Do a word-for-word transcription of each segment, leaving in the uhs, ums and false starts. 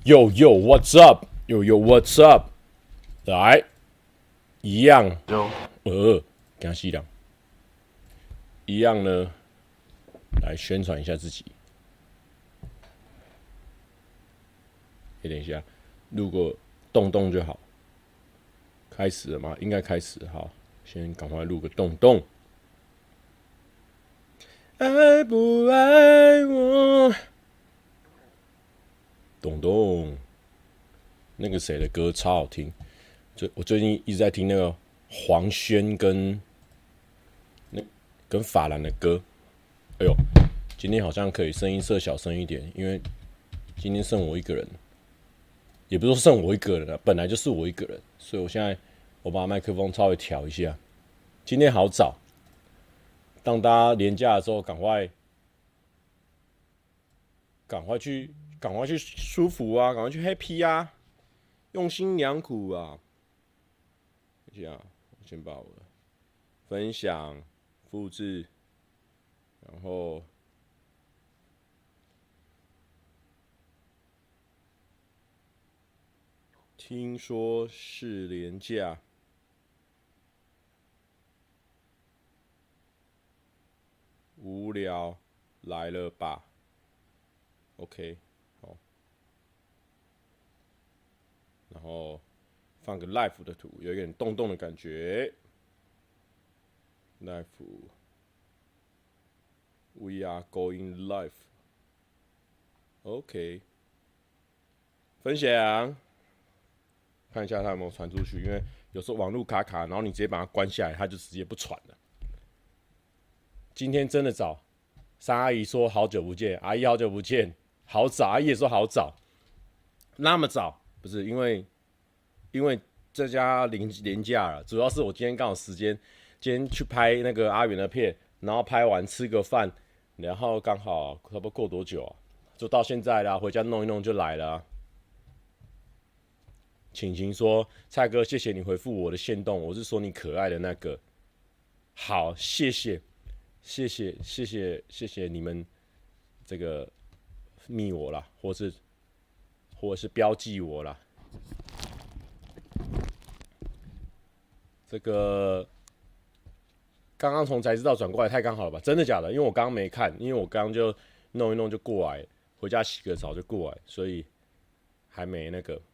Yo yo what's up? Yo yo what's up? 来，一样， 有呃，跟他细讲，一样呢，来宣传一下自己。欸、等一下，如果动动就好。开始了吗？应该开始。好，先赶快录个动动。爱不爱我？咚咚，那个谁的歌超好听。最我最近一直在听那个黄轩跟那跟法兰的歌。哎呦，今天好像可以声音设小声一点，因为今天剩我一个人，也不是说剩我一个人啊，本来就是我一个人，所以我现在我把麦克风稍微调一下。今天好早，当大家连假的时候，赶快赶快去赶快去舒服啊，赶快去 happy 啊，用心良苦啊。这样，我先把我的分享复制，然后听说是连假，无聊来了吧 ？OK， 好，然后放个 live 的图，有一点动动的感觉。live， we are going live。OK， 分享，看一下它有没有传出去，因为有时候网路卡卡，然后你直接把它关下来，它就直接不传了。今天真的早，三阿姨说好久不见，阿姨好久不见，好早，阿姨也说好早，那么早不是因为因为这家连连假了，主要是我今天刚好时间，今天去拍那个阿元的片，然后拍完吃个饭，然后刚好差不多过多久啊？就到现在啦，回家弄一弄就来了、啊。晴晴说：“蔡哥，谢谢你回复我的限动，我是说你可爱的那个。好，谢谢。”谢谢谢谢谢谢你们这个密我啦，或是或者是标记我啦。这个刚刚从才知道转过来太刚好了吧？真的假的？因为我刚刚没看，因为我刚刚就弄一弄就过来，回家洗个澡就过来，所以还没那个。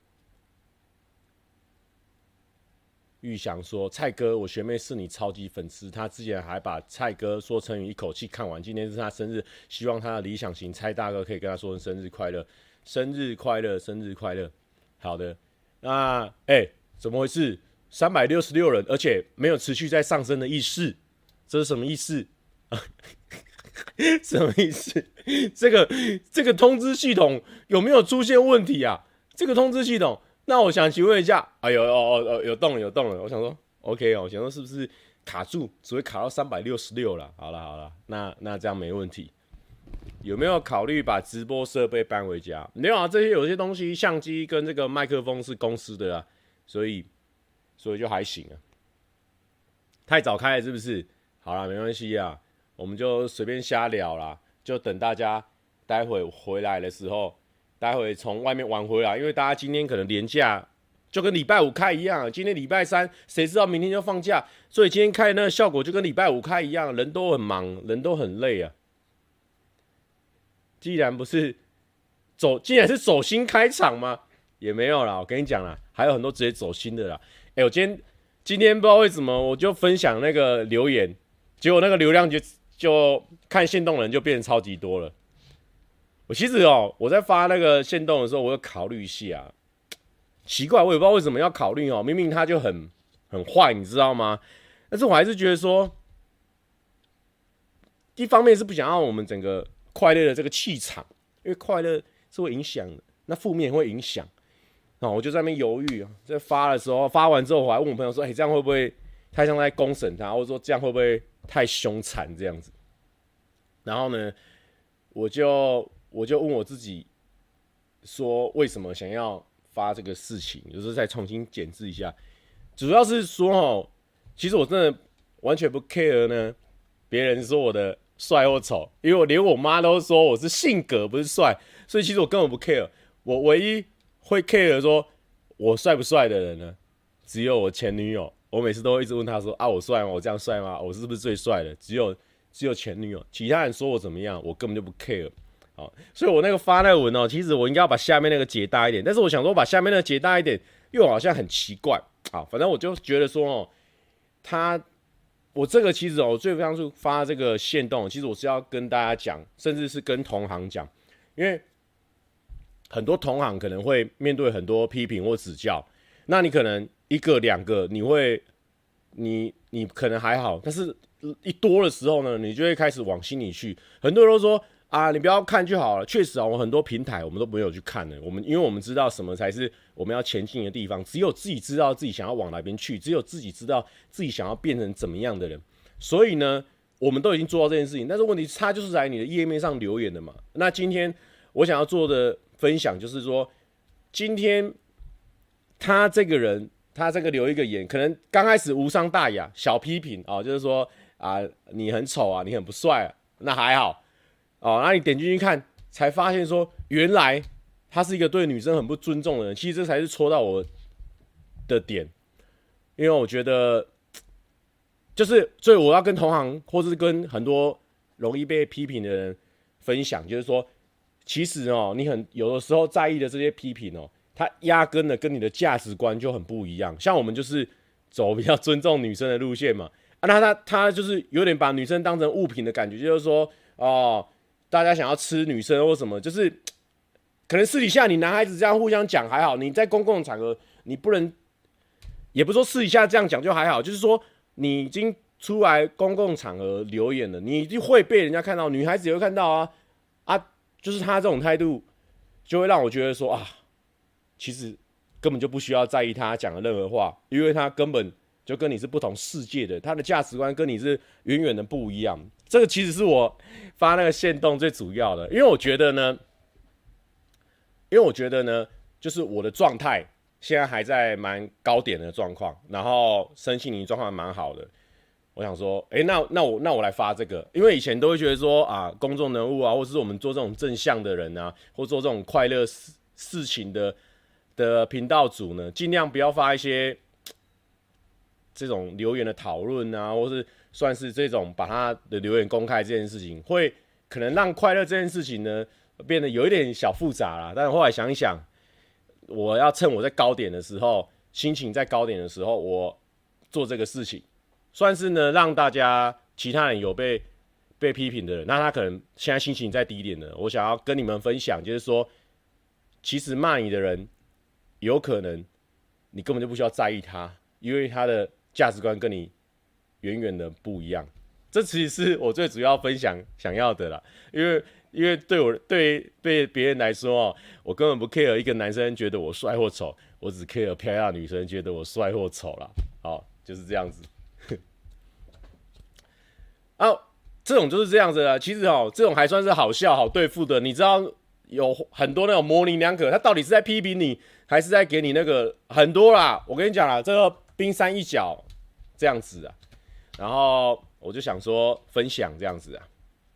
玉祥说：“蔡哥，我学妹是你超级粉丝，她之前还把蔡哥说成语一口气看完。今天是她生日，希望她的理想型蔡大哥可以跟她说声生日快乐，生日快乐，生日快乐。”好的，那哎、欸，怎么回事？三百六十六人，而且没有持续在上升的意思，这是什么意思？什么意思？这个这个通知系统有没有出现问题啊？这个通知系统。那我想请问一下，哎呦哦哦有动了有动了，我想说 OK 哦，我想说是不是卡住，只会卡到三百六十六了？好了好了，那那这样没问题。有没有考虑把直播设备搬回家？没有啊，这些有些东西，相机跟这个麦克风是公司的啊，所以所以就还行啊。太早开了是不是？好啦，没关系啊，我们就随便瞎聊啦，就等大家待会回来的时候。待会从外面玩回来，因为大家今天可能连假，就跟礼拜五开一样。今天礼拜三，谁知道明天就放假？所以今天开的那个效果就跟礼拜五开一样，人都很忙，人都很累啊。既然不是走，既然是走心开场吗？也没有啦，我跟你讲啦，还有很多直接走心的啦。哎、欸，我今天今天不知道为什么，我就分享那个留言，结果那个流量就就看限动人就变成超级多了。我其实哦，我在发那个限动的时候，我有考虑一下，奇怪，我也不知道为什么要考虑哦。明明他就很很坏，你知道吗？但是我还是觉得说，一方面是不想要我们整个快乐的这个气场，因为快乐是会影响的，那负面也会影响。那我就在那边犹豫，在发的时候，发完之后，我还问我朋友说：“哎、欸，这样会不会太像在公审他，或者说这样会不会太凶残这样子？”然后呢，我就。我就问我自己说，为什么想要发这个事情，就是再重新检视一下。主要是说哦，其实我真的完全不 care 呢，别人说我的帅或丑，因为我连我妈都说我是性格不是帅，所以其实我根本不 care。我唯一会 care 说我帅不帅的人呢，只有我前女友。我每次都会一直问她说啊，我帅吗？我这样帅吗？我是不是最帅的？只有只有前女友，其他人说我怎么样，我根本就不 care。好，所以我那个发那个文哦，其实我应该要把下面那个截大一点，但是我想说把下面那个截大一点，又好像很奇怪。好，反正我就觉得说哦，他我这个其实哦，我最当初发这个限动，其实我是要跟大家讲，甚至是跟同行讲，因为很多同行可能会面对很多批评或指教，那你可能一个两个你会你你可能还好，但是一多的时候呢，你就会开始往心里去。很多人都说啊，你不要看就好了。确实啊，我很多平台我们都没有去看的。我们因为我们知道什么才是我们要前进的地方，只有自己知道自己想要往哪边去，只有自己知道自己想要变成怎么样的人。所以呢，我们都已经做到这件事情，但是问题是，他就是在你的页面上留言的嘛。那今天我想要做的分享就是说，今天他这个人，他这个留一个言，可能刚开始无伤大雅，小批评啊、哦，就是说啊，你很丑啊，你很不帅啊，那还好哦。那你点进去看，才发现说，原来他是一个对女生很不尊重的人。其实这才是戳到我的点，因为我觉得，就是所以我要跟同行，或是跟很多容易被批评的人分享，就是说，其实哦，你很有的时候在意的这些批评哦。他压根的跟你的价值观就很不一样，像我们就是走比较尊重女生的路线嘛，啊，那他他就是有点把女生当成物品的感觉，就是说哦，大家想要吃女生或什么，就是可能私底下你男孩子这样互相讲还好，你在公共场合你不能，也不是说私底下这样讲就还好，就是说你已经出来公共场合留言了，你一定会被人家看到，女孩子也会看到啊啊，就是他这种态度，就会让我觉得说啊。其实根本就不需要在意他讲的任何话，因为他根本就跟你是不同世界的，他的价值观跟你是远远的不一样。这个其实是我发那个限动最主要的，因为我觉得呢，因为我觉得呢，就是我的状态现在还在蛮高点的状况，然后身心灵状况蛮好的。我想说，哎、欸，那那我那我来发这个，因为以前都会觉得说啊，公众人物啊，或者是我们做这种正向的人啊，或做这种快乐事事情的。的频道主呢，尽量不要发一些这种留言的讨论啊，或是算是这种把他的留言公开这件事情，会可能让快乐这件事情呢变得有一点小复杂啦。但是后来想一想，我要趁我在高点的时候，心情在高点的时候，我做这个事情，算是呢让大家其他人有被被批评的人，那他可能现在心情在低点的，我想要跟你们分享，就是说，其实骂你的人。有可能你根本就不需要在意他，因为他的价值观跟你远远的不一样。这其实是我最主要分享想要的啦，因为因为对我对对别人来说哦，我根本不 care 一个男生觉得我帅或丑，我只 care 漂亮的女生觉得我帅或丑啦。好，就是这样子。啊，这种就是这样子啦。其实哦，这种还算是好笑好对付的，你知道。有很多那种模棱两可，他到底是在批评你，还是在给你那个很多啦？我跟你讲啦，这个冰山一角这样子啊，然后我就想说分享这样子啊。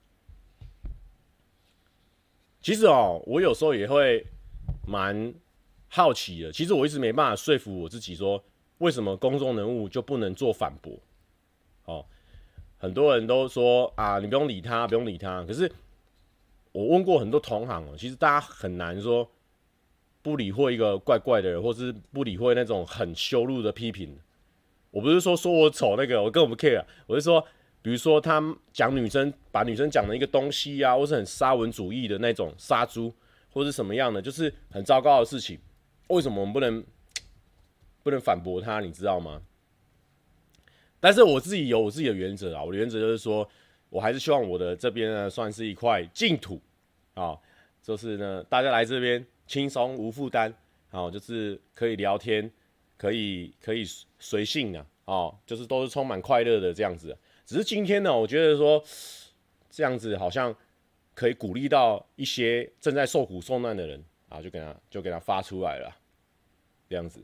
其实哦，我有时候也会蛮好奇的。其实我一直没办法说服我自己说，为什么公众人物就不能做反驳？哦，很多人都说啊，你不用理他，不用理他，可是。我问过很多同行哦，其实大家很难说不理会一个怪怪的人，或是不理会那种很羞辱的批评。我不是说说我丑那个，我根本不 care， 我是说，比如说他讲女生，把女生讲的一个东西啊，或是很沙文主义的那种杀猪，或是什么样的，就是很糟糕的事情。为什么我们不能不能反驳他？你知道吗？但是我自己有我自己的原则啊，我的原则就是说。我还是希望我的这边呢，算是一块净土啊，就是呢，大家来这边轻松无负担，啊，就是可以聊天，可以可以随性啊，哦，就是都是充满快乐的这样子。只是今天呢，我觉得说这样子好像可以鼓励到一些正在受苦受难的人啊，就给他就给他发出来了，这样子。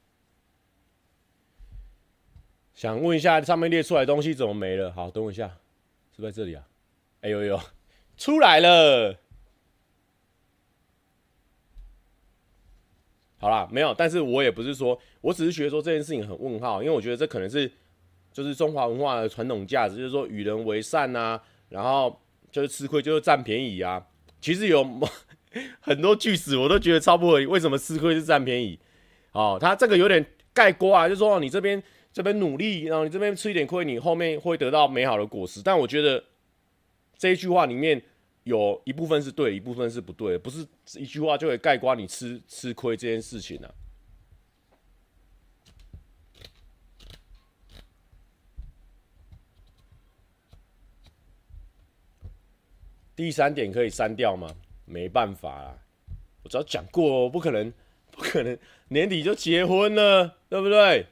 想问一下，上面列出来的东西怎么没了？好，等我一下。 是不是在这里啊？哎呦呦，出来了。好啦，没有，但是我也不是说，我只是觉得说这件事情很问号，因为我觉得这可能是就是中华文化的传统价值，就是说与人为善啊，然后就是吃亏就是占便宜啊。其实有很多句子我都觉得超不合理，为什么吃亏是占便宜？哦，他这个有点概括啊，就是说你这边这边努力，然后你这边吃一点亏，你后面会得到美好的果实。但我觉得这一句话里面有一部分是对，一部分是不对的，不是一句话就可以概括你吃吃亏这件事情啊。第三点可以删掉吗？没办法啦，我只要讲过哦，不可能，不可能年底就结婚了，对不对？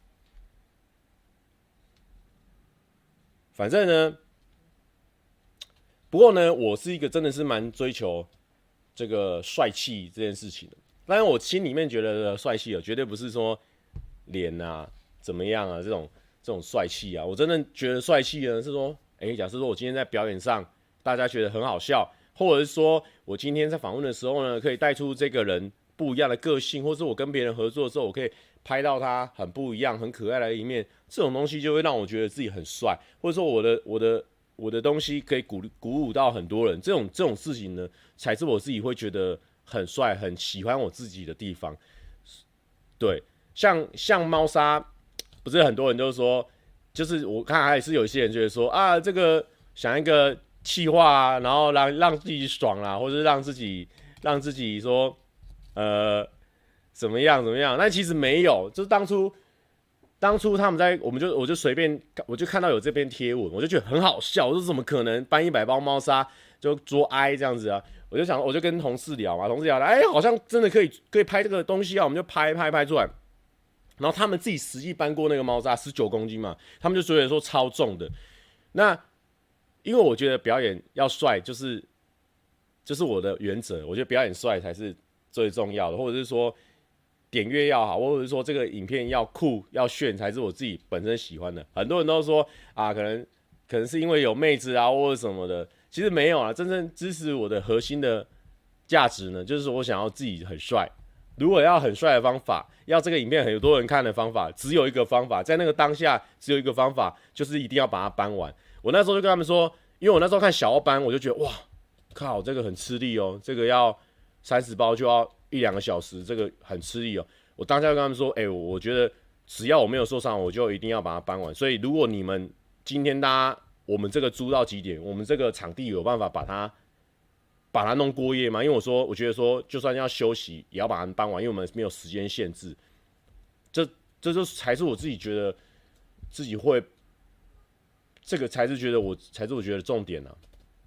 反正呢，不过呢，我是一个真的是蛮追求这个帅气这件事情的。当然，我心里面觉得的帅气哦，绝对不是说脸啊怎么样啊这种这种帅气啊。我真的觉得帅气呢是说，哎，假设说我今天在表演上，大家觉得很好笑，或者是说我今天在访问的时候呢，可以带出这个人不一样的个性，或者是我跟别人合作的时候，我可以拍到他很不一样、很可爱的一面，这种东西就会让我觉得自己很帅，或者说我的我的我的东西可以鼓鼓舞到很多人，这种这种事情呢，才是我自己会觉得很帅、很喜欢我自己的地方。对，像像猫砂，不是很多人都说，就是我看还是有一些人觉得说啊，这个想一个气话啊，然后让让自己爽啦，或者是让自己让自己说呃怎么样怎么样，但其实没有，就是当初当初他们在，我们就我就随便我就看到有这篇贴文，我就觉得很好笑，我说怎么可能搬一百包猫砂就捉 I 这样子啊？我就想我就跟同事聊嘛，同事聊了，哎、欸，好像真的可以可以拍这个东西啊，我们就拍拍拍出来。然后他们自己实际搬过那个猫砂，十九公斤嘛，他们就觉得说超重的。那因为我觉得表演要帅，就是就是我的原则，我觉得表演帅才是最重要的，或者是说点阅要好，或者是说这个影片要酷要炫，才是我自己本身喜欢的。很多人都说啊，可能可能是因为有妹子啊或者什么的，其实没有啊。真正支持我的核心的价值呢，就是我想要自己很帅。如果要很帅的方法，要这个影片很多人看的方法，只有一个方法，在那个当下只有一个方法，就是一定要把它搬完。我那时候就跟他们说，因为我那时候看小奥搬，我就觉得哇，靠，这个很吃力哦，这个要三十包就要一两个小时，这个很吃力哦。我当下就跟他们说，哎、欸，我觉得只要我没有受伤，我就一定要把它搬完。所以如果你们今天大家我们这个租到几点，我们这个场地有办法把它把它弄过夜吗？因为我说，我觉得说，就算要休息，也要把它搬完，因为我们没有时间限制。这这就才是我自己觉得自己会，这个才是觉得我才是我觉得重点啊。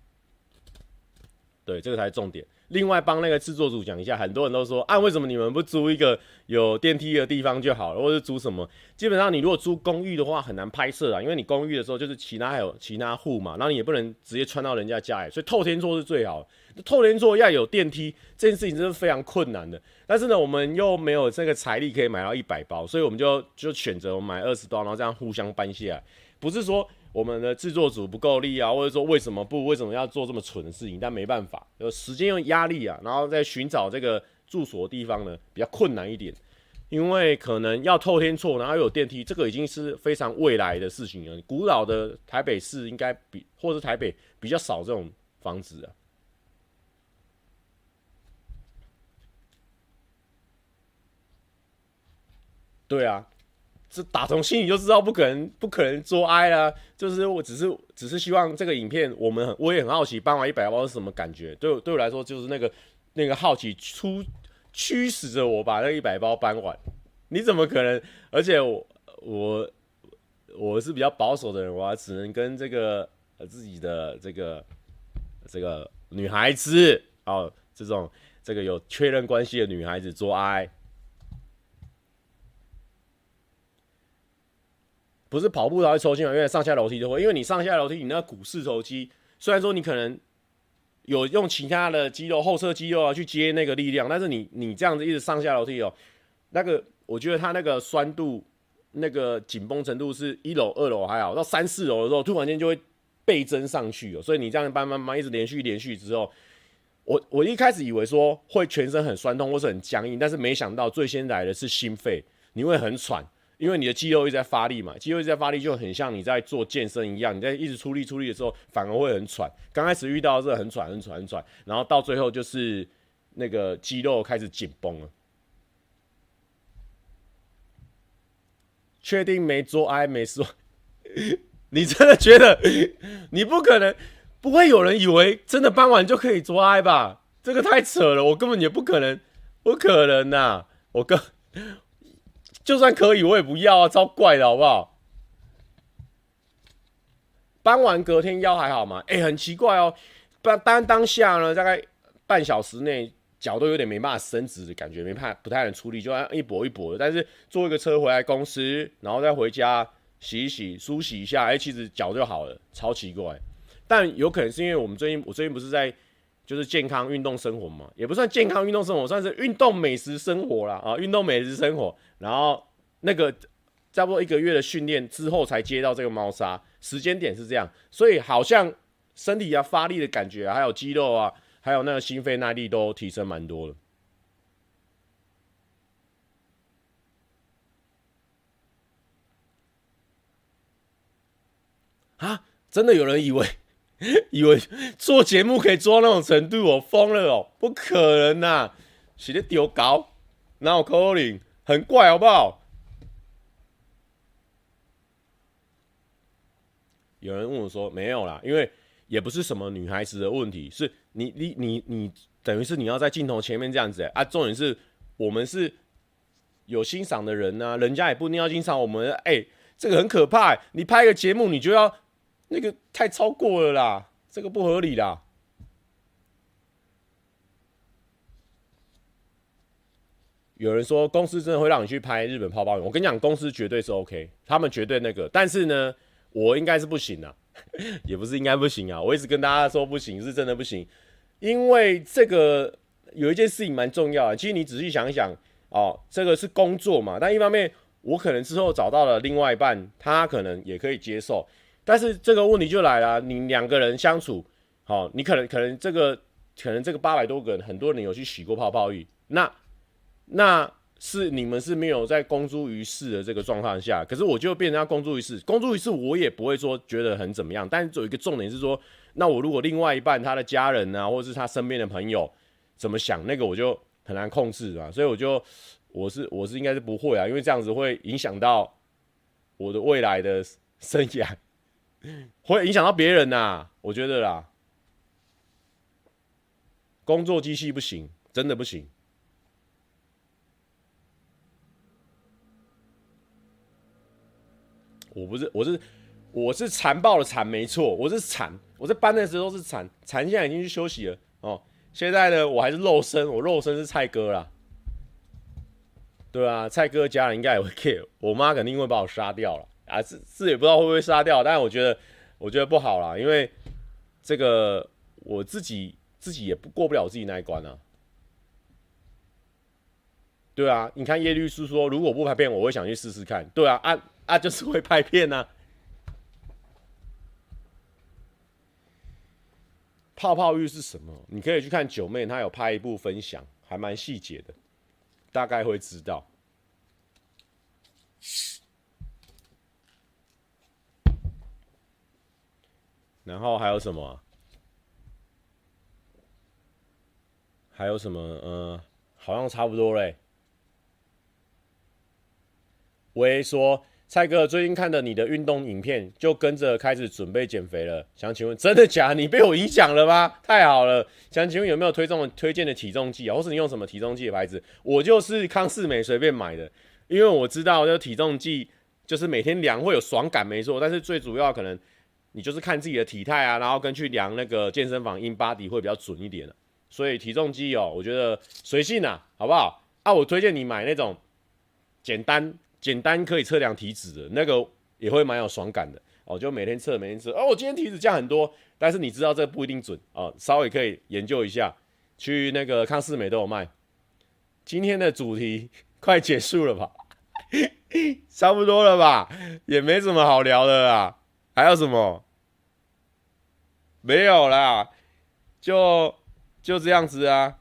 对，这个才是重点。另外帮那个制作组讲一下，很多人都说啊，为什么你们不租一个有电梯的地方就好了，或者租什么？基本上你如果租公寓的话，很难拍摄啊，因为你公寓的时候就是其他还有其他户嘛，然后你也不能直接穿到人家家里，所以透天厝是最好的。透天厝要有电梯，这件事情真是非常困难的。但是呢，我们又没有这个财力可以买到一百包，所以我们就就选择买二十包，然后这样互相搬下来。不是说我们的制作组不够力啊，或者说为什么不为什么要做这么蠢的事情？但没办法，有时间有压力啊，然后在寻找这个住所的地方呢，比较困难一点，因为可能要透天厝，然后又有电梯，这个已经是非常未来的事情了。古老的台北市应该比，或者台北比较少这种房子啊。对啊，这打从心里就知道不可能，不可能做哀啦。就是我只是只是希望这个影片，我们很我也很好奇，搬完一百包是什么感觉？对我对我来说，就是那个那个好奇出驱使着我把那一百包搬完。你怎么可能？而且我我我是比较保守的人，我只能跟这个自己的这个这个女孩子哦，这种这个有确认关系的女孩子做爱。不是跑步才会抽筋嘛，因为上下楼梯都会，因为你上下楼梯，你那个股四头肌，虽然说你可能有用其他的肌肉、后侧肌肉啊去接那个力量，但是你你这样子一直上下楼梯哦，那个我觉得它那个酸度、那个紧绷程度是一楼、二楼还好，到三四楼的时候，突然间就会倍增上去哦。所以你这样慢慢慢一直连续连续之后，我我一开始以为说会全身很酸痛或是很僵硬，但是没想到最先来的是心肺，你会很喘。因为你的肌肉一直在发力嘛，肌肉一直在发力，就很像你在做健身一样，你在一直出力出力的时候，反而会很喘。刚开始遇到这个很喘很喘很喘，然后到最后就是那个肌肉开始紧绷了。确定没做爱没说？你真的觉得你不可能？不会有人以为真的搬完就可以做爱吧？这个太扯了，我根本也不可能，不可能呐、啊！我根就算可以，我也不要啊，超怪的好不好？搬完隔天腰还好吗？哎、欸，很奇怪哦。搬搬当下呢，大概半小时内脚都有点没办法伸直的感觉，没办法，不太能出力，就一跛一跛的。但是坐一个车回来公司，然后再回家洗一洗、梳洗一下，哎、欸，其实脚就好了，超奇怪。但有可能是因为我们最近，我最近不是在就是健康运动生活嘛，也不算健康运动生活，算是运动美食生活啦啊，运动美食生活。然后那个差不多一个月的训练之后才接到这个猫砂，时间点是这样，所以好像身体啊发力的感觉、啊，还有肌肉啊，还有那个心肺耐力都提升蛮多的。啊，真的有人以为以为做节目可以做到那种程度哦，疯了哦，不可能呐、啊，是在丢高，哪有可能？很怪好不好？有人问我说没有啦，因为也不是什么女孩子的问题，是你你你你等于是你要在镜头前面这样子、欸、啊，重点是我们是有欣赏的人啊，人家也不一定要欣赏我们，哎、欸，这个很可怕、欸，你拍个节目你就要那个太超过了啦，这个不合理啦。有人说公司真的会让你去拍日本泡泡浴，我跟你讲，公司绝对是 OK， 他们绝对那个，但是呢，我应该是不行啊，也不是应该不行啊，我一直跟大家说不行，是真的不行，因为这个有一件事情蛮重要的，其实你仔细想一想哦，这个是工作嘛，但一方面我可能之后找到了另外一半，他可能也可以接受，但是这个问题就来了，你两个人相处，好、哦，你可能可能这个可能这个八百多个人，很多人有去洗过泡泡浴，那。那是你们是没有在公诸于世的这个状况下，可是我就变成要公诸于世，公诸于世我也不会说觉得很怎么样，但是有一个重点是说，那我如果另外一半他的家人啊，或者是他身边的朋友怎么想，那个我就很难控制啊，所以我就我是我是应该是不会啊，因为这样子会影响到我的未来的生涯，会影响到别人呐、啊，我觉得啦，工作机器不行，真的不行。我不是，我是我是残暴的残，没错，我是残。我在搬的时候是残，残现在已经去休息了哦。现在呢，我还是肉身，我肉身是蔡哥啦。对啊，蔡哥家人应该也会 care， 我妈肯定会把我杀掉了啊，是是也不知道会不会杀掉，但是我觉得我觉得不好啦，因为这个我自己自己也不过不了自己那一关啊。对啊，你看叶律师说，如果不拍片，我会想去试试看。对啊，啊啊，就是会拍片啊。泡泡浴是什么？你可以去看九妹，她有拍一部分享，还蛮细节的，大概会知道。然后还有什么、啊？还有什么？呃，好像差不多嘞。喂，说蔡哥最近看的你的运动影片，就跟着开始准备减肥了。想请问，真的假的？你被我影响了吗？太好了！想请问有没有推荐推荐的体重计啊，或是你用什么体重计的牌子？我就是康士美随便买的，因为我知道这体重计就是每天量会有爽感，没错。但是最主要可能你就是看自己的体态啊，然后跟去量那个健身房 in body 会比较准一点、啊、所以体重机哦，我觉得随性啊，好不好？啊，我推荐你买那种简单。简单可以测量体脂的那个也会蛮有爽感的哦，就每天测每天测哦，我今天体脂降很多，但是你知道这不一定准哦，稍微可以研究一下，去那个康士美都有卖。今天的主题快结束了吧？差不多了吧？也没什么好聊的啦，还有什么？ 没有啦，就就这样子啊。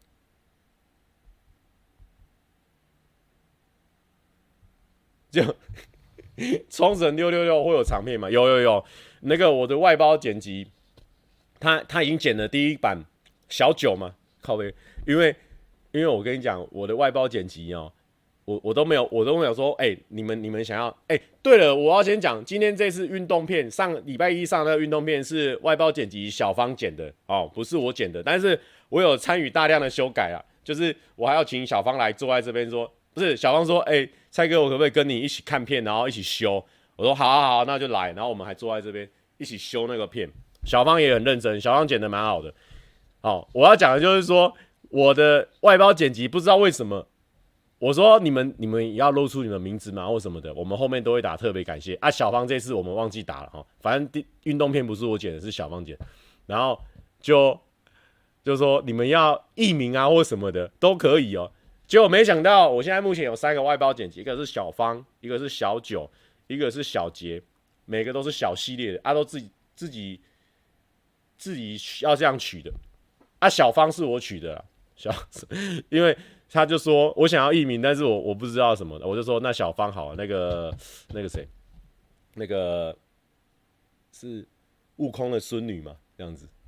就冲绳六六六会有长片吗？有有有，那个我的外包剪辑，他他已经剪了第一版小九嘛，靠背，因为因为我跟你讲，我的外包剪辑哦，我我都没有，我都没有说，哎、欸，你们你们想要，哎、欸，对了，我要先讲，今天这次运动片上礼拜一上的运动片是外包剪辑小方剪的哦，不是我剪的，但是我有参与大量的修改啊，就是我还要请小方来坐在这边说。不是小方说，哎、欸，蔡哥，我可不可以跟你一起看片，然后一起修？我说好啊好啊，那就来。然后我们还坐在这边一起修那个片。小方也很认真，小方剪得蛮好的。好，我要讲的就是说，我的外包剪辑不知道为什么，我说你们你们也要露出你们名字嘛或什么的，我们后面都会打特别感谢啊。小方这次我们忘记打了哈，反正运动片不是我剪的，是小方剪，然后就就说你们要艺名啊或什么的都可以哦。结果没想到，我现在目前有三个外包剪辑，一个是小方，一个是小九，一个是小杰，每个都是小系列的，啊，都自己自己自己要这样取的，啊，小方是我取的啦，小，因为他就说我想要艺名，但是我我不知道什么的，我就说那小方好，那个那个谁，那个是悟空的孙女嘛，这样子。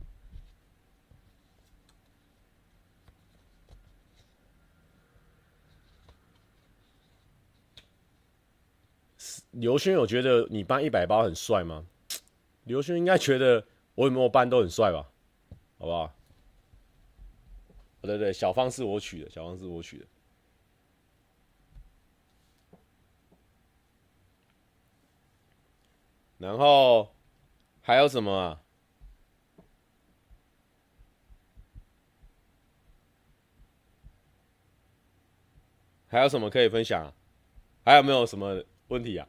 刘轩有觉得你搬一百包很帅吗？刘轩应该觉得我有没有搬都很帅吧，好不好？对对，小方是我取的，小方是我取的。然后还有什么啊？还有什么可以分享啊？还有没有什么问题啊？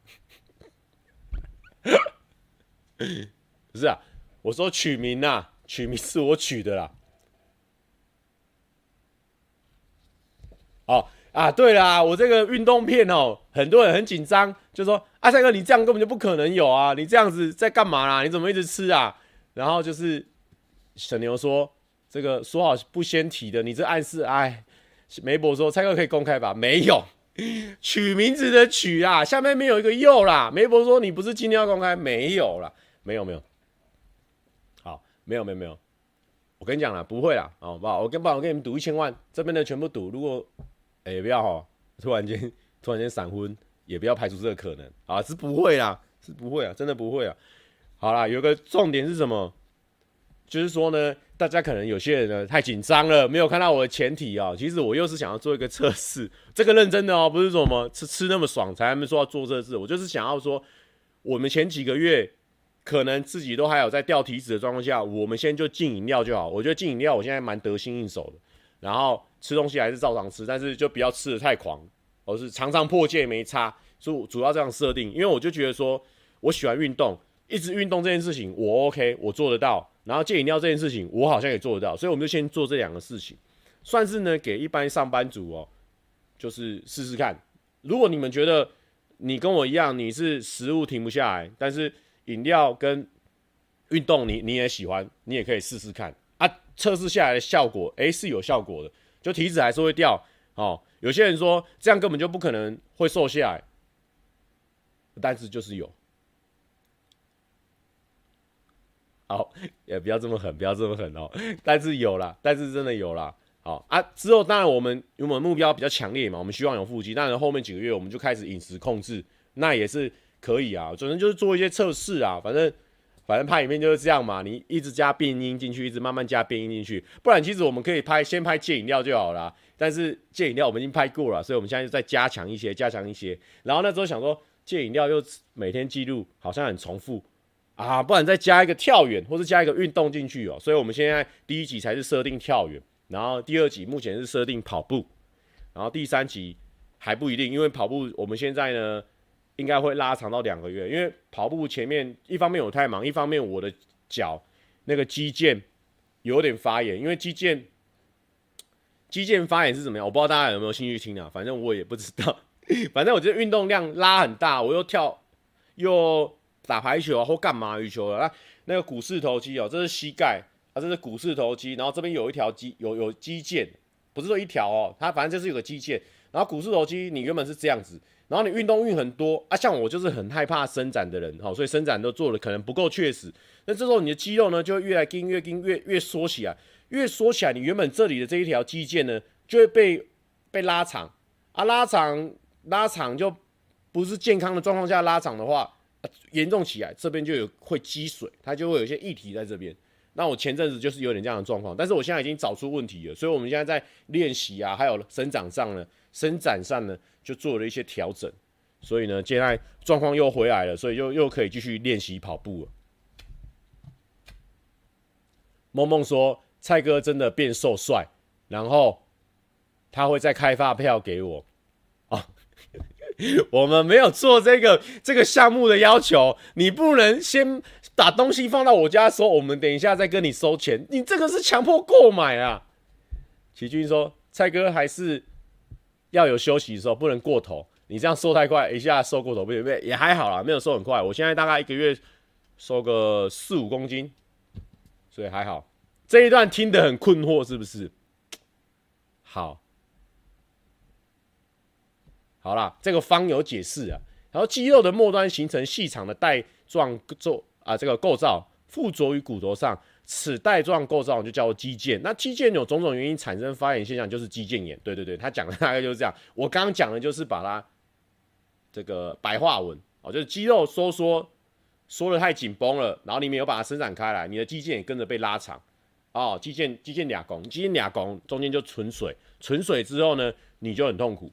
不是啊，我说取名啊，取名是我取的啦。哦啊，对啦，我这个运动片哦，很多人很紧张，就说阿三哥你这样根本就不可能有啊，你这样子在干嘛啦？你怎么一直吃啊？然后就是小牛说这个说好不先提的，你这暗示哎。梅博说蔡哥可以公开吧？没有。取名字的取啊，下面没有一个又啦。梅博说：“你不是今天要公开？没有啦，没有没有。好，没有没有没有。我跟你讲啦，不会啦，好不好？我跟不好，我跟你们赌一千万，这边的全部赌。如果哎、欸、不要哈，突然间突然间闪婚，也不要排除这个可能啊，是不会啦，是不会啊，真的不会啊。好啦，有个重点是什么？就是说呢，大家可能有些人呢太紧张了，没有看到我的前提啊、喔。其实我又是想要做一个测试，这个认真的哦、喔，不是说什么吃吃那么爽才说要做测试。我就是想要说，我们前几个月可能自己都还有在掉体脂的状况下，我们先就禁饮料就好。我觉得禁饮料我现在蛮得心应手的，然后吃东西还是照常吃，但是就不要吃的太狂，而是常常破戒没差。所以主要这样设定，因为我就觉得说我喜欢运动，一直运动这件事情我 OK， 我做得到。然后戒饮料这件事情，我好像也做得到，所以我们就先做这两个事情，算是呢给一般上班族哦，就是试试看。如果你们觉得你跟我一样，你是食物停不下来，但是饮料跟运动你你也喜欢，你也可以试试看啊。测试下来的效果，哎是有效果的，就体脂还是会掉哦。有些人说这样根本就不可能会瘦下来，但是就是有。好，也不要这么狠，不要这么狠哦。但是有啦，但是真的有啦。好啊，之后当然我们我们目标比较强烈嘛，我们希望有腹肌。当然后面几个月我们就开始饮食控制，那也是可以啊。反正就是做一些测试啊，反正反正拍影片就是这样嘛，你一直加变音进去，一直慢慢加变音进去。不然其实我们可以拍先拍戒饮料就好啦。但是戒饮料我们已经拍过了，所以我们现在就再加强一些，加强一些。然后那时候想说戒饮料又每天记录，好像很重复。啊，不然再加一个跳远，或是加一个运动进去哦。所以我们现在第一集才是设定跳远，然后第二集目前是设定跑步，然后第三集还不一定，因为跑步我们现在呢应该会拉长到两个月，因为跑步前面一方面我太忙，一方面我的脚那个肌腱有点发炎，因为肌腱肌腱发炎是怎么样，我不知道大家有没有兴趣听啊，反正我也不知道，反正我觉得运动量拉很大，我又跳又。打排球啊，或干嘛羽球啊， 那个股四头肌哦，这是膝盖啊，这是股四头肌，然后这边有一条肌，有有肌腱，不是说一条哦，它反正就是有个肌腱。然后股四头肌你原本是这样子，然后你运动运很多啊，像我就是很害怕伸展的人，好，所以伸展都做的可能不够确实。那这时候你的肌肉呢，就会越来越越越越缩起来，越缩起来，你原本这里的这一条肌腱呢，就会被被拉长啊，拉长拉长就不是健康的状况下拉长的话，严重起来这边就有会积水，它就会有一些液体在这边。那我前阵子就是有点这样的状况，但是我现在已经找出问题了，所以我们现在在练习啊，还有生长上呢，伸展上呢就做了一些调整，所以呢，现在状况又回来了，所以又又可以继续练习跑步了。梦梦说，蔡哥真的变瘦帅，然后他会再开发票给我。哦，我们没有做这个这个项目的要求，你不能先把东西放到我家收，我们等一下再跟你收钱，你这个是强迫购买啊。齐军说，蔡哥还是要有休息的时候，不能过头。你这样瘦太快，一下瘦过头，不也也还好啦，没有瘦很快。我现在大概一个月瘦个四五公斤，所以还好。这一段听得很困惑，是不是？好，好啦，这个方有解释啊。然后肌肉的末端形成细长的带状构啊，这个构造附着于骨头上，此带状构造就叫做肌腱。那肌腱有种种原因产生发炎现象，就是肌腱炎。对对对，他讲的大概就是这样。我刚刚讲的就是把它这个白话文哦，就是肌肉收缩缩得太紧绷了，然后你没有把它伸展开来，你的肌腱也跟着被拉长。哦，肌腱肌腱俩拱，肌腱俩拱中间就存水，存水之后呢，你就很痛苦。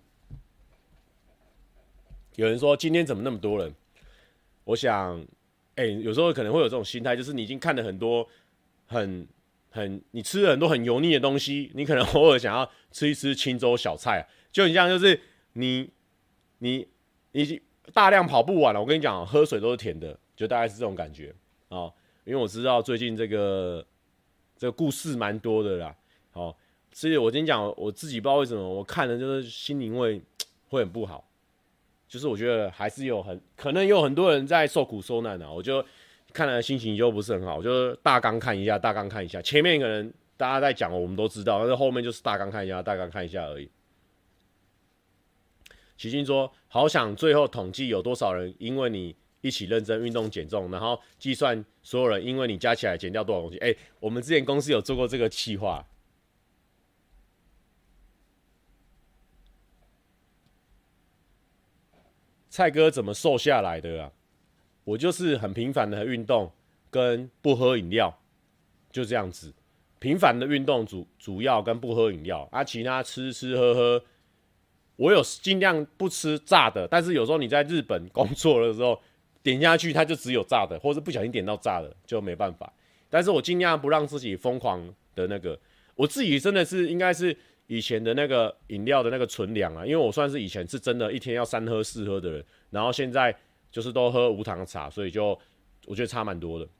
有人说今天怎么那么多人？我想，哎、欸，有时候可能会有这种心态，就是你已经看了很多很很，你吃了很多很油腻的东西，你可能偶尔想要吃一吃清粥小菜、啊，就很像就是你你你大量跑步完了，我跟你讲，喝水都是甜的，就大概是这种感觉啊、哦。因为我知道最近这个。这个故事蛮多的啦，哦，所以我跟你讲，我自己不知道为什么，我看了就是心灵会会很不好，就是我觉得还是有很可能有很多人在受苦受难啊，我就看了心情就不是很好，我就大纲看一下，大纲看一下，前面可能大家在讲我们都知道，但是后面就是大纲看一下，大纲看一下而已。齐军说，好想最后统计有多少人因为你一起认真运动减重，然后计算所有人因为你加起来减掉多少公斤。哎、欸，我们之前公司有做过这个企划。蔡哥怎么瘦下来的啊？我就是很频繁的运动跟不喝饮料，就这样子。频繁的运动主主要跟不喝饮料啊，其他吃吃喝喝，我有尽量不吃炸的，但是有时候你在日本工作的时候。点下去，它就只有炸的，或者不小心点到炸的，就没办法。但是我尽量不让自己疯狂的那个，我自己真的是应该是以前的那个饮料的那个存量啊，因为我算是以前是真的一天要三喝四喝的人，然后现在就是都喝无糖茶，所以就我觉得差蛮多的。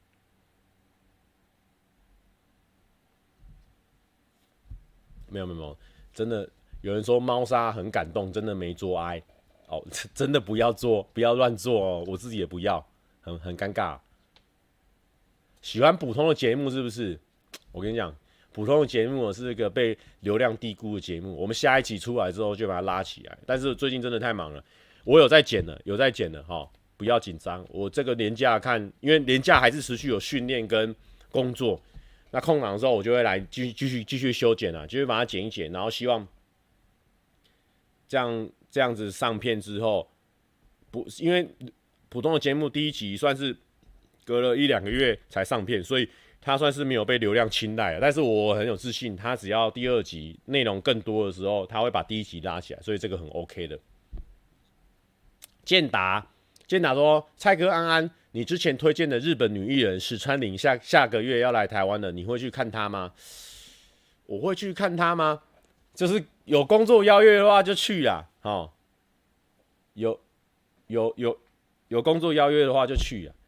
没有没有没有，真的有人说猫砂很感动，真的没做爱。哦，真的不要做，不要乱做哦！我自己也不要，很很尴尬。喜欢普通的节目是不是？我跟你讲，普通的节目是一个被流量低估的节目。我们下一期出来之后就把它拉起来。但是最近真的太忙了，我有在剪了，有在剪了哈、哦，不要紧张。我这个年假看，因为年假还是持续有训练跟工作，那空档的时候我就会来继续继续继续修剪啊，继续把它剪一剪，然后希望这样。这样子上片之后，不因为普通的节目第一集算是隔了一两个月才上片，所以它算是没有被流量青睐了。但是我很有自信，它只要第二集内容更多的时候，它会把第一集拉起来，所以这个很 OK 的。健达，健达说：“蔡哥安安，你之前推荐的日本女艺人石川绫下下个月要来台湾了，你会去看她吗？”我会去看她吗？就是有工作邀约的话就去啦。哦，有有有有工作邀约的话就去啊，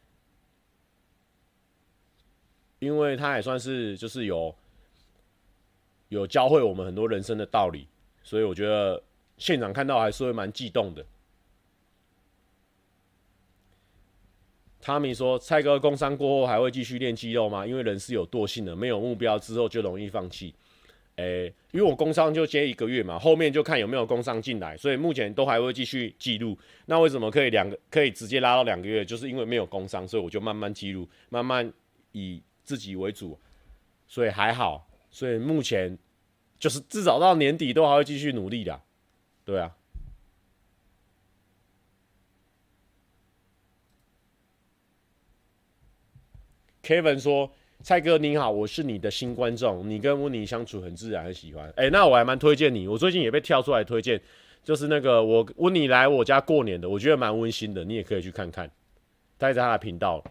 因为他也算是就是有有教会我们很多人生的道理，所以我觉得现场看到还是会蛮激动的。 汤米说：“蔡哥工伤过后还会继续练肌肉吗？因为人是有惰性的，没有目标之后就容易放弃。诶，因为我工伤就接一个月嘛，后面就看有没有工伤进来，所以目前都还会继续记录。那为什么可以两个可以直接拉到两个月？就是因为没有工伤，所以我就慢慢记录，慢慢以自己为主，所以还好。所以目前就是至少到年底都还会继续努力的，对啊。” Kevin 说：“蔡哥您好，我是你的新观众，你跟温妮相处很自然，很喜欢。哎、欸，那我还蛮推荐你，我最近也被跳出来推荐，就是那个我温妮来我家过年的，我觉得蛮温馨的，你也可以去看看，他在他的频道。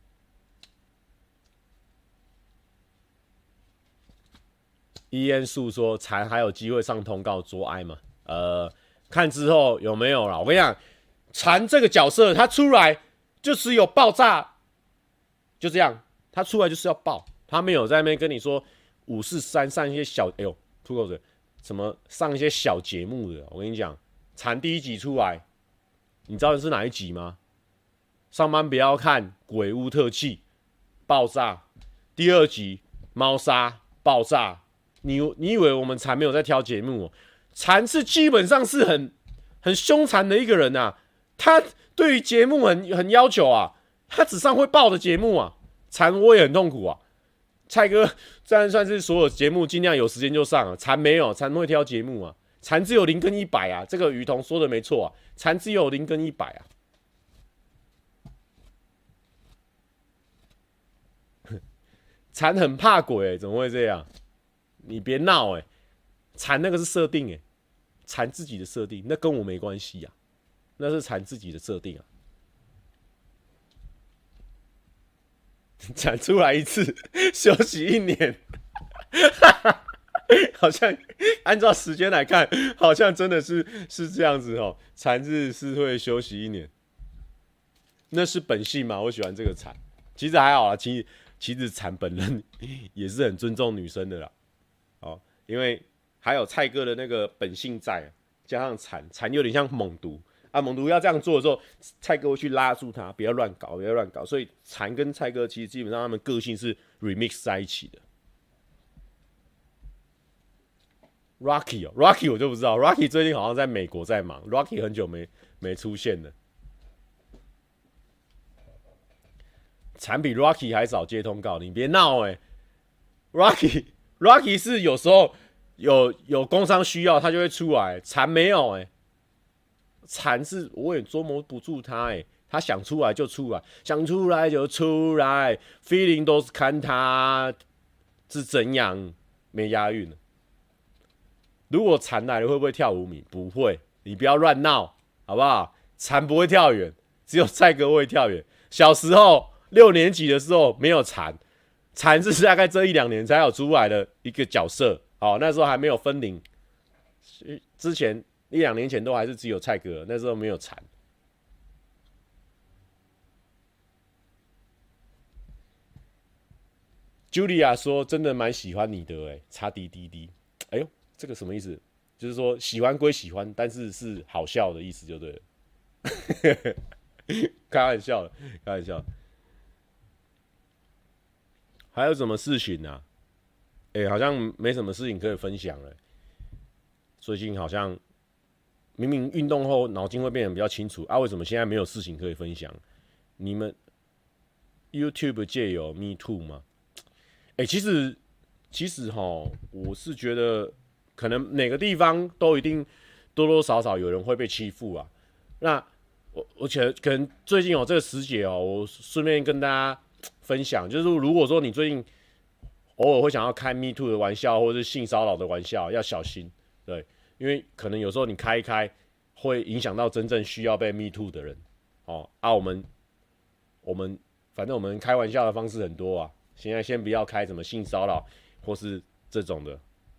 伊恩素说：才还有机会上通告做爱吗？呃，看之后有没有啦。我跟你讲，蝉这个角色他出来就只有爆炸。”就这样，他出来就是要爆，他没有在那边跟你说五四三上一些小，哎呦，吐口水，什么上一些小节目的。我跟你讲，蝉第一集出来，你知道是哪一集吗？上班不要看鬼屋特技爆炸，第二集猫砂爆炸。你你以为我们蝉没有在挑节目哦？蝉是基本上是很很凶残的一个人啊，他对于节目很很要求啊。他只上会爆的节目啊，蝉我也很痛苦啊。蔡哥这样算是所有节目尽量有时间就上了，蝉没有，蝉会挑节目啊，蝉只有零跟一百啊。这个于彤说的没错啊，蝉只有零跟一百啊。蝉很怕鬼、欸，怎么会这样？你别闹哎，蝉那个是设定哎、欸，蝉自己的设定，那跟我没关系啊，那是蝉自己的设定啊。产出来一次，休息一年，好像按照时间来看，好像真的是是这样子哦。产日是会休息一年，那是本性嘛？我喜欢这个产，其实还好啦。其实其实产本人也是很尊重女生的啦，哦，因为还有蔡哥的那个本性在，加上产产有点像猛毒。啊，猛毒要这样做的时候，蔡哥会去拉住他，不要乱搞，不要乱搞。所以蝉跟蔡哥其实基本上他们个性是 remix 在一起的。Rocky 哦 ，Rocky 我就不知道 ，Rocky 最近好像在美国在忙 ，Rocky 很久没没出现了。蝉比 Rocky 还少接通告，你别闹哎、欸、！Rocky Rocky 是有时候有有工商需要，他就会出来，蝉没有哎、欸。蝉是我也捉摸不住他哎、欸，他想出来就出来，想出来就出来 ，feeling 都是看他是怎样，没押韵了。如果蝉来了会不会跳五米？不会，你不要乱闹，好不好？蝉不会跳远，只有蔡哥会跳远。小时候六年级的时候没有蝉，蝉是大概这一两年才有出来的一个角色，好，那时候还没有分龄，之前。一两年前都还是只有蔡哥，那时候没有蝉。Julia 说：“真的蛮喜欢你的、欸，哎，叉滴滴滴，哎呦，这个什么意思？就是说喜欢归喜欢，但是是好笑的意思就对了。开玩笑的，开玩笑。还有什么事情啊？哎、欸，好像没什么事情可以分享了、欸。最近好像。”明明运动后脑筋会变得比较清楚啊，为什么现在没有事情可以分享？你们 YouTube 界有 Me Too 吗？哎、欸，其实其实哈，我是觉得可能每个地方都一定多多少少有人会被欺负啊。那我而且可能最近有这个时节哦，我顺便跟大家分享，就是如果说你最近偶尔会想要开 Me Too 的玩笑，或者是性骚扰的玩笑，要小心，对。因为可能有时候你开一开，会影响到真正需要被 me too 的人，哦啊，我们我们反正我们开玩笑的方式很多啊，现在先不要开什么性骚扰或是这种的，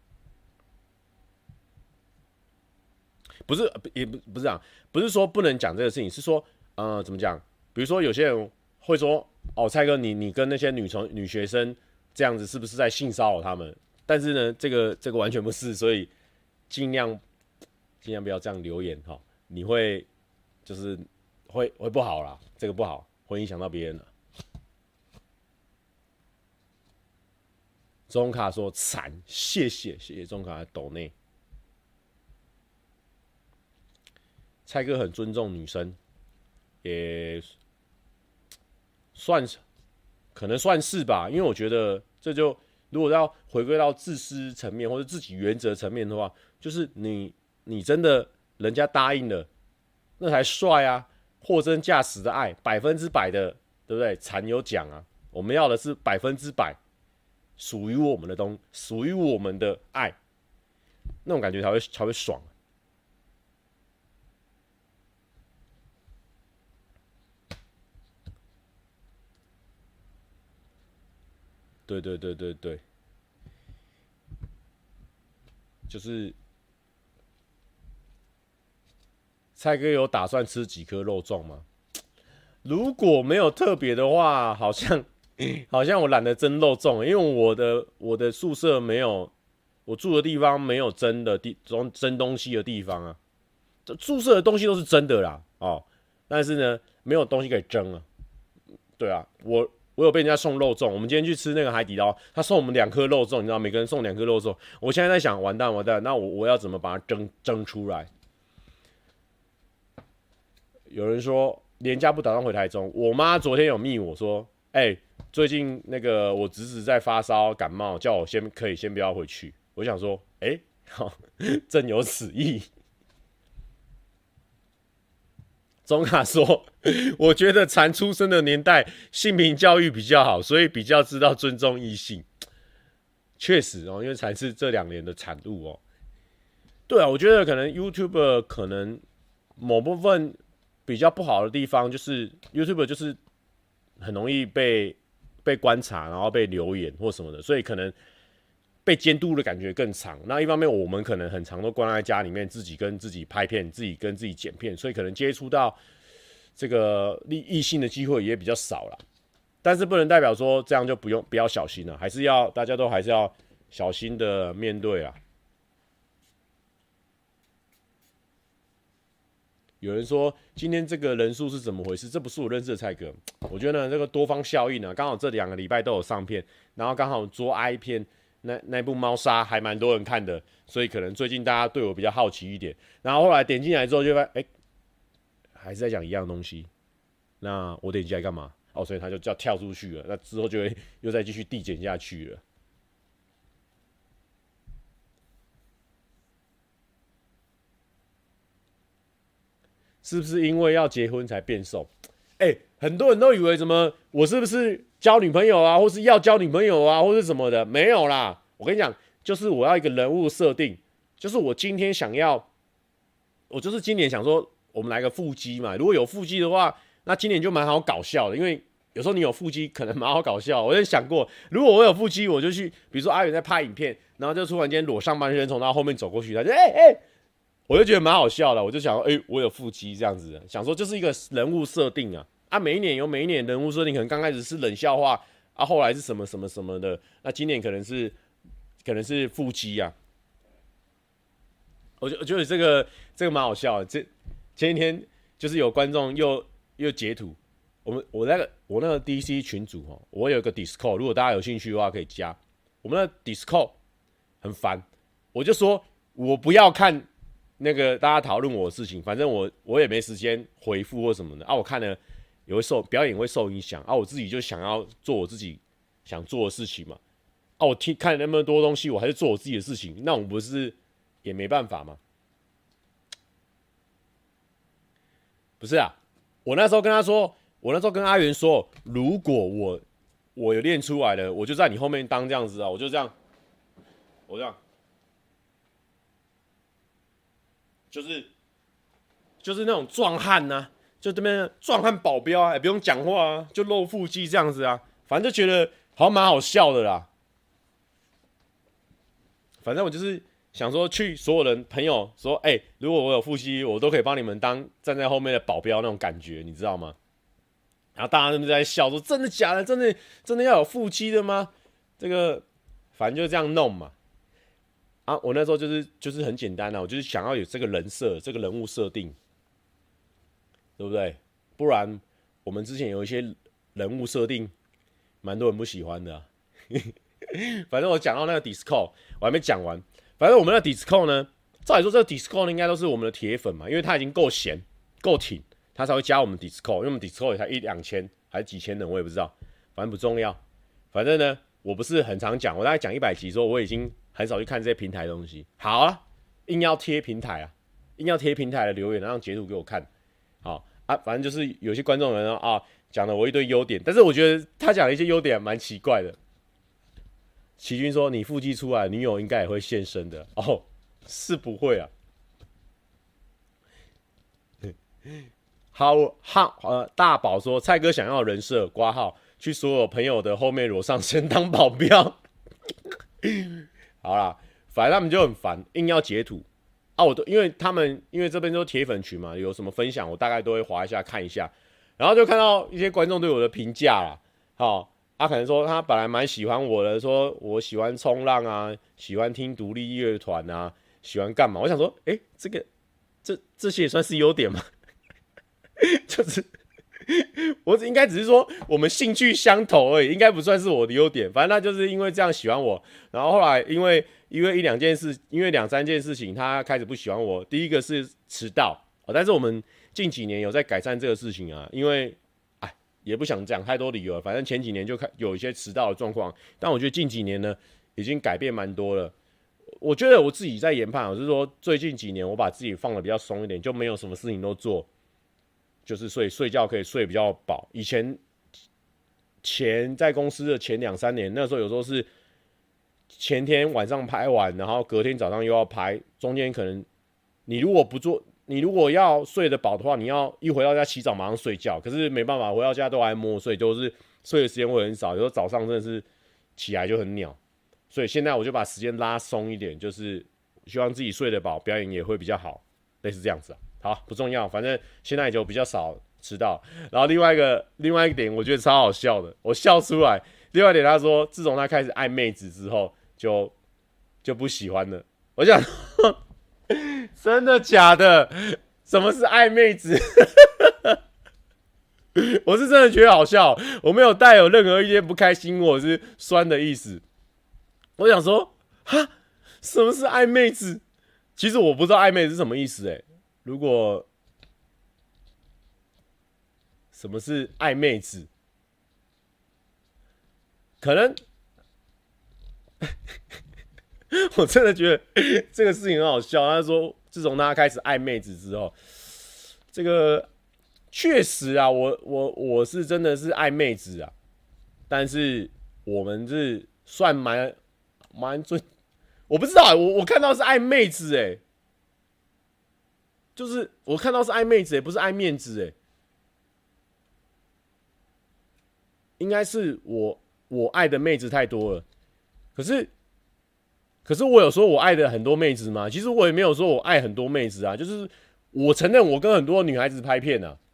不是也不不是这样，不是说不能讲这个事情，是说呃怎么讲？比如说有些人会说，哦，蔡哥你你跟那些女同女学生这样子是不是在性骚扰他们？但是呢，这个这个完全不是，所以。尽量尽量不要这样留言哈，你会就是会会不好啦，这个不好。 会影响到别人了。中卡说惨，谢谢谢谢中卡的抖内。蔡哥很尊重女生，也算是可能算是吧，因为我觉得这就如果要回归到自私层面或者自己原则层面的话，就是你你真的人家答应了，那才帅啊！货真价实的爱，百分之百的，对不对？禅有讲啊，我们要的是百分之百属于我们的东，属于我们的爱，那种感觉才会才会爽。对对对对对，就是蔡哥有打算吃几颗肉粽吗？如果没有特别的话，好像好像我懒得蒸肉粽，因为我的我的宿舍没有，我住的地方没有蒸的地蒸东西的地方啊。宿舍的东西都是蒸的啦，哦，但是呢，没有东西可以蒸啊。对啊，我我有被人家送肉粽，我们今天去吃那个海底捞，他送我们两颗肉粽，你知道，每个人送两颗肉粽。我现在在想，完蛋完蛋，那我我要怎么把它蒸蒸出来？有人说连假不打算回台中，我妈昨天有密我说，哎、欸，最近那个我侄子在发烧感冒，叫我先可以先不要回去。我想说，哎、欸，好，正有此意。中卡说：“我觉得禅出生的年代性平教育比较好，所以比较知道尊重异性。确实哦，因为禅是这两年的产物哦。对啊，我觉得可能 YouTuber 可能某部分比较不好的地方，就是 YouTuber 就是很容易被被观察，然后被留言或什么的，所以可能被监督的感觉更长。那一方面，我们可能很常都关在家里面，自己跟自己拍片，自己跟自己剪片，所以可能接触到这个异性的机会也比较少了。但是不能代表说这样就不用不要小心了，还是要大家都还是要小心的面对啦。有人说今天这个人数是怎么回事？这不是我认识的蔡哥。我觉得呢，这个多方效应呢，刚好这两个礼拜都有上片，然后刚好做 I 片那那部猫砂还蛮多人看的，所以可能最近大家对我比较好奇一点。然后后来点进来之后就发现，哎、欸，还是在讲一样东西。那我点进来干嘛？哦，所以他就叫跳出去了。那之后就会又再继续递减下去了。是不是因为要结婚才变瘦？哎、欸，很多人都以为什么我是不是交女朋友啊，或是要交女朋友啊，或是什么的？没有啦，我跟你讲，就是我要一个人物设定，就是我今天想要，我就是今年想说，我们来个腹肌嘛。如果有腹肌的话，那今年就蛮好搞笑的，因为有时候你有腹肌可能蛮好搞笑。我有想过，如果我有腹肌，我就去，比如说阿远在拍影片，然后就突然间裸上半身从他后面走过去，他就哎哎。欸欸我就觉得蛮好笑的，我就想说，哎、欸，我有腹肌这样子，想说就是一个人物设定啊，啊，每一年有每一年人物设定，可能刚开始是冷笑话，啊，后来是什么什么什么的，那今年可能是可能是腹肌啊，我觉我觉得这个这个蛮好笑的，这前几天就是有观众又又截图，我们我那个我那个 D C 群组哦，我有一个 Discord， 如果大家有兴趣的话可以加，我们的 Discord 很烦，我就说我不要看。那个大家讨论我的事情，反正我我也没时间回复或什么的啊。我看了也会受表演会受影响啊。我自己就想要做我自己想做的事情嘛。啊，我听看了那么多东西，我还是做我自己的事情，那我不是也没办法吗？不是啊，我那时候跟他说，我那时候跟阿元说，如果我我有练出来了，我就在你后面当这样子啊，我就这样，我这样。就是就是那种壮汉呐、啊，就这边壮汉保镖啊，也不用讲话啊，就露腹肌这样子啊，反正就觉得好像蛮好笑的啦。反正我就是想说，去所有人朋友说，哎、欸，如果我有腹肌，我都可以帮你们当站在后面的保镖那种感觉，你知道吗？然后大家都在笑说，真的假的？真的真的要有腹肌的吗？这个反正就这样弄嘛。啊，我那时候就是就是很简单啊，我就是想要有这个人设，这个人物设定，对不对？不然我们之前有一些人物设定，蛮多人不喜欢的、啊。反正我讲到那个 Discord， 我还没讲完。反正我们的 Discord 呢，照理说这个 Discord 应该都是我们的铁粉嘛，因为他已经够闲、够挺，他才会加我们 Discord。因为我们 Discord 也才一两千还是几千人，我也不知道，反正不重要。反正呢，我不是很常讲，我大概讲一百集之后，我已经很少去看这些平台的东西。好啊，硬要贴平台啊，硬要贴平台的留言，让截图给我看。好啊，反正就是有些观众人啊讲了我一堆优点，但是我觉得他讲的一些优点蛮奇怪的。齐军说：“你腹肌出来，女友应该也会现身的。”哦，是不会啊。好好呃，大宝说：“蔡哥想要人设挂号，去所有朋友的后面裸上身当保镖。”好啦，反正他们就很烦，硬要截图啊！我都因为他们因为这边都铁粉群嘛，有什么分享我大概都会滑一下看一下，然后就看到一些观众对我的评价啦。好。他、啊、可能说他本来蛮喜欢我的，说我喜欢冲浪啊，喜欢听独立乐团啊，喜欢干嘛？我想说，哎、欸，这个这这些也算是优点吗？就是我应该只是说我们兴趣相投而已，应该不算是我的优点。反正他就是因为这样喜欢我，然后后来因为因为一两件事，因为两三件事情，他开始不喜欢我。第一个是迟到、哦，但是我们近几年有在改善这个事情啊，因为。也不想讲太多理由了，反正前几年就有一些迟到的状况，但我觉得近几年呢，已经改变蛮多了。我觉得我自己在研判，我是说最近几年我把自己放的比较松一点，就没有什么事情都做，就是睡睡觉可以睡比较饱。以前前在公司的前两三年，那时候有时候是前天晚上拍完，然后隔天早上又要拍，中间可能你如果不做。你如果要睡得饱的话，你要一回到家洗澡马上睡觉，可是没办法，回到家都还摸睡，就是睡的时间会很少，有时候早上真的是起来就很鸟，所以现在我就把时间拉松一点，就是希望自己睡得饱，表演也会比较好，类似这样子、啊。好，不重要，反正现在就比较少迟到。然后另外一个另外一个点，我觉得超好笑的，我笑出来。另外一点，他说自从他开始爱妹子之后，就就不喜欢了。我想。真的假的？什么是爱妹子？我是真的觉得好笑，我没有带有任何一些不开心或者是酸的意思。我想说，哈，什么是爱妹子？其实我不知道爱妹子是什么意思、欸。哎，如果什么是爱妹子，可能。我真的觉得这个事情很好笑。他说，自从他开始爱妹子之后，这个确实啊，我我我是真的是爱妹子啊，但是我们是算蛮蛮尊，我不知道、欸，我我看到是爱妹子哎、欸，就是我看到是爱妹子哎、欸，不是爱面子哎、欸，应该是我我爱的妹子太多了，可是。可是我有说我爱的很多妹子吗？其实我也没有说我爱很多妹子啊，就是我承认我跟很多女孩子拍片啊。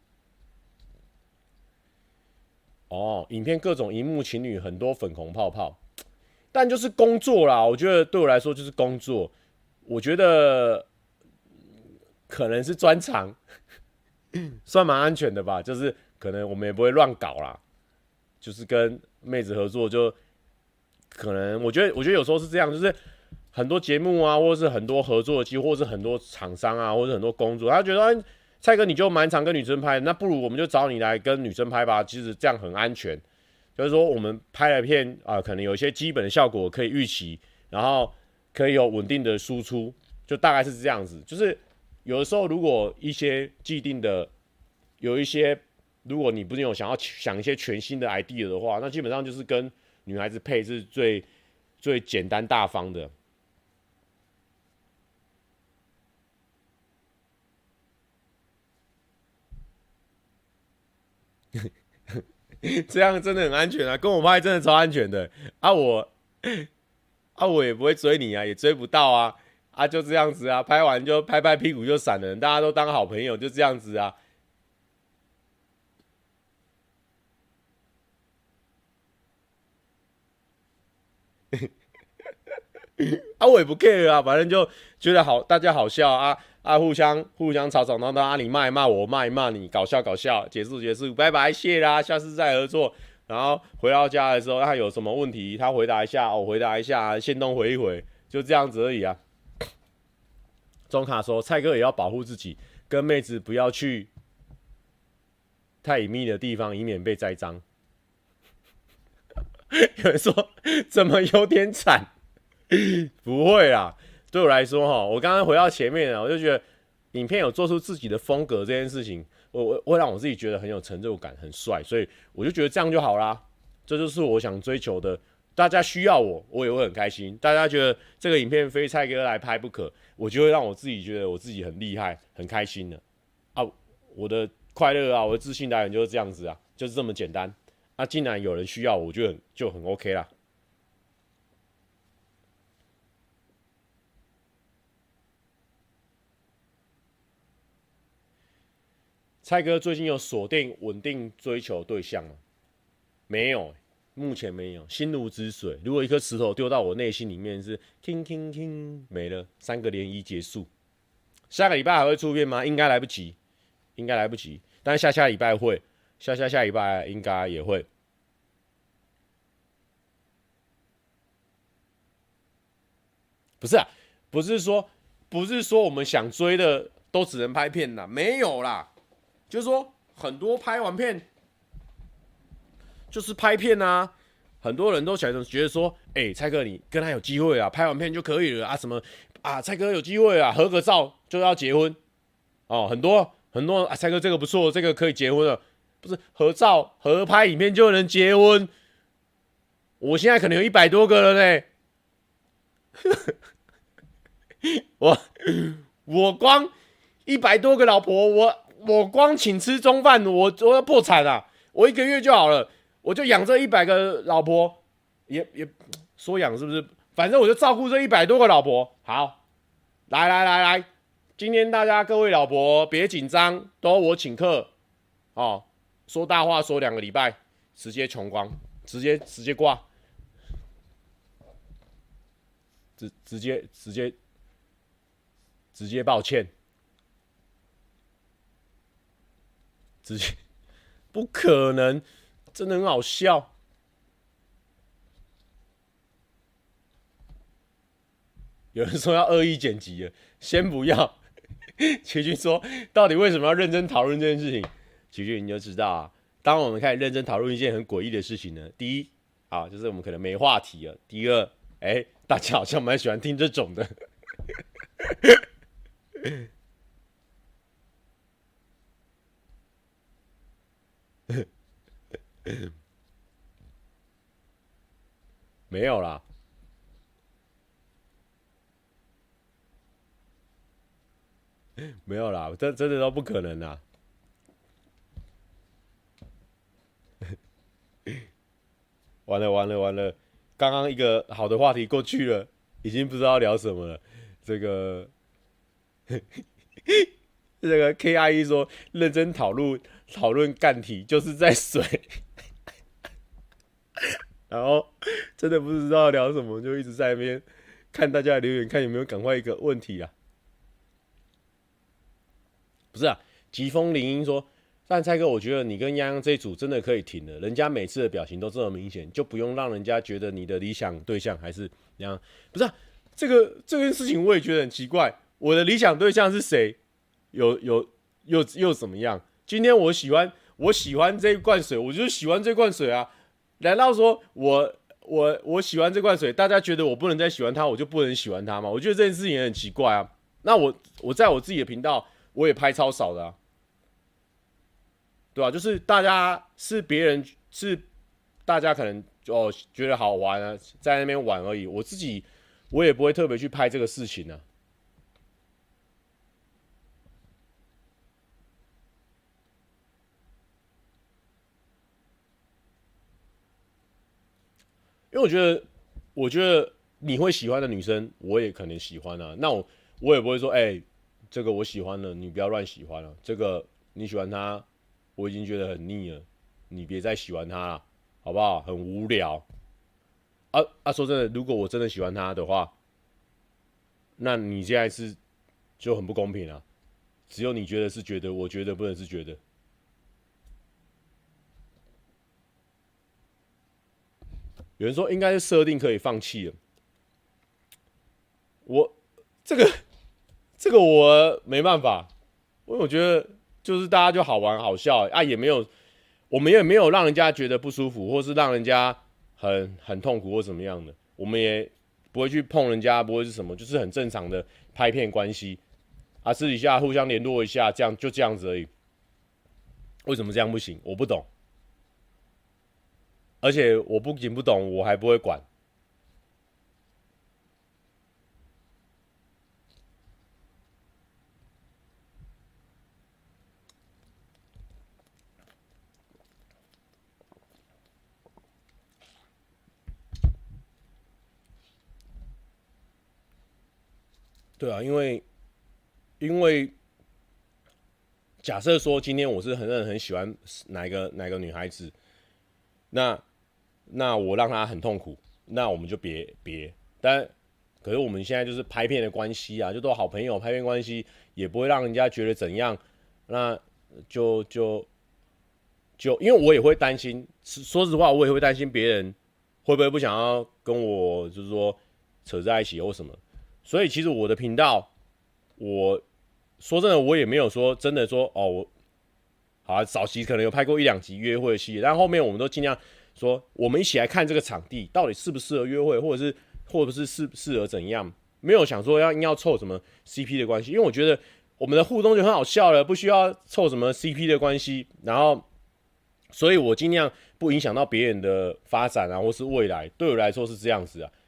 哦，影片各种荧幕情侣，很多粉红泡泡，但就是工作啦。我觉得对我来说就是工作，我觉得可能是专长，算蛮安全的吧。就是可能我们也不会乱搞啦，就是跟妹子合作就可能，我觉得我觉得有时候是这样，就是。很多节目啊，或者是很多合作的机会，或者是很多厂商啊，或者是很多工作，他觉得、哎、蔡哥你就蛮常跟女生拍的，那不如我们就找你来跟女生拍吧。其实这样很安全，就是说我们拍了片啊、呃，可能有一些基本的效果可以预期，然后可以有稳定的输出，就大概是这样子。就是有的时候如果一些既定的，有一些如果你不是有想要想一些全新的 idea 的话，那基本上就是跟女孩子配是最最简单大方的。这样真的很安全啊，跟我拍真的超安全的啊我！啊我也不会追你啊，也追不到啊啊就这样子啊，拍完就拍拍屁股就闪人，大家都当好朋友，就这样子啊。啊我也不 care 啊，反正就觉得好，大家好笑啊啊，互相互相吵吵闹闹，啊，你骂一骂我，骂一骂你，搞笑搞笑，结束结束，拜拜，谢啦，下次再合作。然后回到家的时候，他有什么问题，他回答一下，我回答一下，线动回一回，就这样子而已啊。中卡说，蔡哥也要保护自己，跟妹子不要去太隐秘的地方，以免被栽赃。有人说怎么有点惨？不会啦，对我来说哈，我刚刚回到前面啊，我就觉得影片有做出自己的风格这件事情，我我会让我自己觉得很有成就感，很帅，所以我就觉得这样就好啦。这就是我想追求的。大家需要我，我也会很开心。大家觉得这个影片非蔡哥来拍不可，我就会让我自己觉得我自己很厉害、很开心的啊！我的快乐啊，我的自信来源就是这样子啊，就是这么简单。啊，既然有人需要我，我就很就很 OK 啦。蔡哥最近有锁定稳定追求对象吗？没有，目前没有。心如止水，如果一颗石头丢到我内心里面是听听听没了，三个涟漪结束。下个礼拜还会出片吗？应该来不及，应该来不及。但下下礼拜会，下下下礼拜应该也会。不是啊，不是说不是说我们想追的都只能拍片啦，没有啦，就是说很多拍完片就是拍片啊，很多人都想觉得说，哎、欸，蔡哥你跟他有机会啊，拍完片就可以了啊，什么啊，蔡哥有机会啊，合个照就要结婚哦，很多很多啊，蔡哥这个不错，这个可以结婚了，不是合照合拍影片就能结婚，我现在可能有一百多个了呢。我我光一百多个老婆，我我光请吃中饭，我我要破产了。我一个月就好了，我就养这一百个老婆，也也说养是不是？反正我就照顾这一百多个老婆。好，来来来来，今天大家各位老婆别紧张，都我请客哦。说大话说两个礼拜，直接穷光，直接直接挂，直直接直接。直接抱歉，直接不可能，真的很好笑。有人说要恶意剪辑了，先不要。奇军说，到底为什么要认真讨论这件事情？奇军你就知道啊，当我们开始认真讨论一件很诡异的事情呢，第一啊，就是我们可能没话题了；第二，哎、欸，大家好像蛮喜欢听这种的。没有啦，没有啦，这真的都不可能啦。完了完了完了，刚刚一个好的话题过去了，已经不知道聊什么了。这个这个 K I E 说，认真讨论讨论干题就是在水。然后真的不知道聊什么，就一直在那边看大家的留言，看有没有赶快一个问题啊。不是啊，疾风铃音说，但蔡哥，我觉得你跟泱泱这一组真的可以停了，人家每次的表情都这么明显，就不用让人家觉得你的理想对象还是那样。不是啊，这个这件事情我也觉得很奇怪，我的理想对象是谁？有有又又怎么样？今天我喜欢我喜欢这一罐水，我就是喜欢这罐水啊。难道说我我我喜欢这罐水，大家觉得我不能再喜欢它，我就不能喜欢它吗？我觉得这件事情也很奇怪啊。那我我在我自己的频道，我也拍超少的啊，对吧、啊？就是大家是别人是大家可能哦觉得好玩啊，在那边玩而已。我自己我也不会特别去拍这个事情啊。因为我觉得，我觉得你会喜欢的女生，我也可能喜欢啊。那我我也不会说，哎、欸，这个我喜欢了，你不要乱喜欢了。这个你喜欢他，我已经觉得很腻了，你别再喜欢他了，好不好？很无聊。啊啊，说真的，如果我真的喜欢他的话，那你现在是就很不公平啊！只有你觉得是觉得，我觉得不能是觉得。有人说应该是设定可以放弃了，我这个这个我没办法，因为我觉得就是大家就好玩好笑啊，也没有我们也没有让人家觉得不舒服，或是让人家很很痛苦或怎么样的，我们也不会去碰人家，不会是什么，就是很正常的拍片关系啊，私底下互相联络一下，这样就这样子而已。为什么这样不行？我不懂，而且我不仅不懂，我还不会管。对啊，因为因为假设说今天我是很很喜欢哪一个哪一个女孩子，那那我让她很痛苦，那我们就别别。但可是我们现在就是拍片的关系啊，就都好朋友，拍片关系也不会让人家觉得怎样，那就就就因为我也会担心，说实话，我也会担心别人会不会不想要跟我就是说扯在一起或什么。所以其实我的频道，我说真的，我也没有说真的说哦，我好、啊、早期可能有拍过一两集约会的系列，但后面我们都尽量说，我们一起来看这个场地到底适不适合约会，或者是或者是适适合怎样，没有想说要硬要凑什么 C P 的关系，因为我觉得我们的互动就很好笑了，不需要凑什么 C P 的关系，然后，所以我尽量不影响到别人的发展啊，或是未来，对我来说是这样子啊。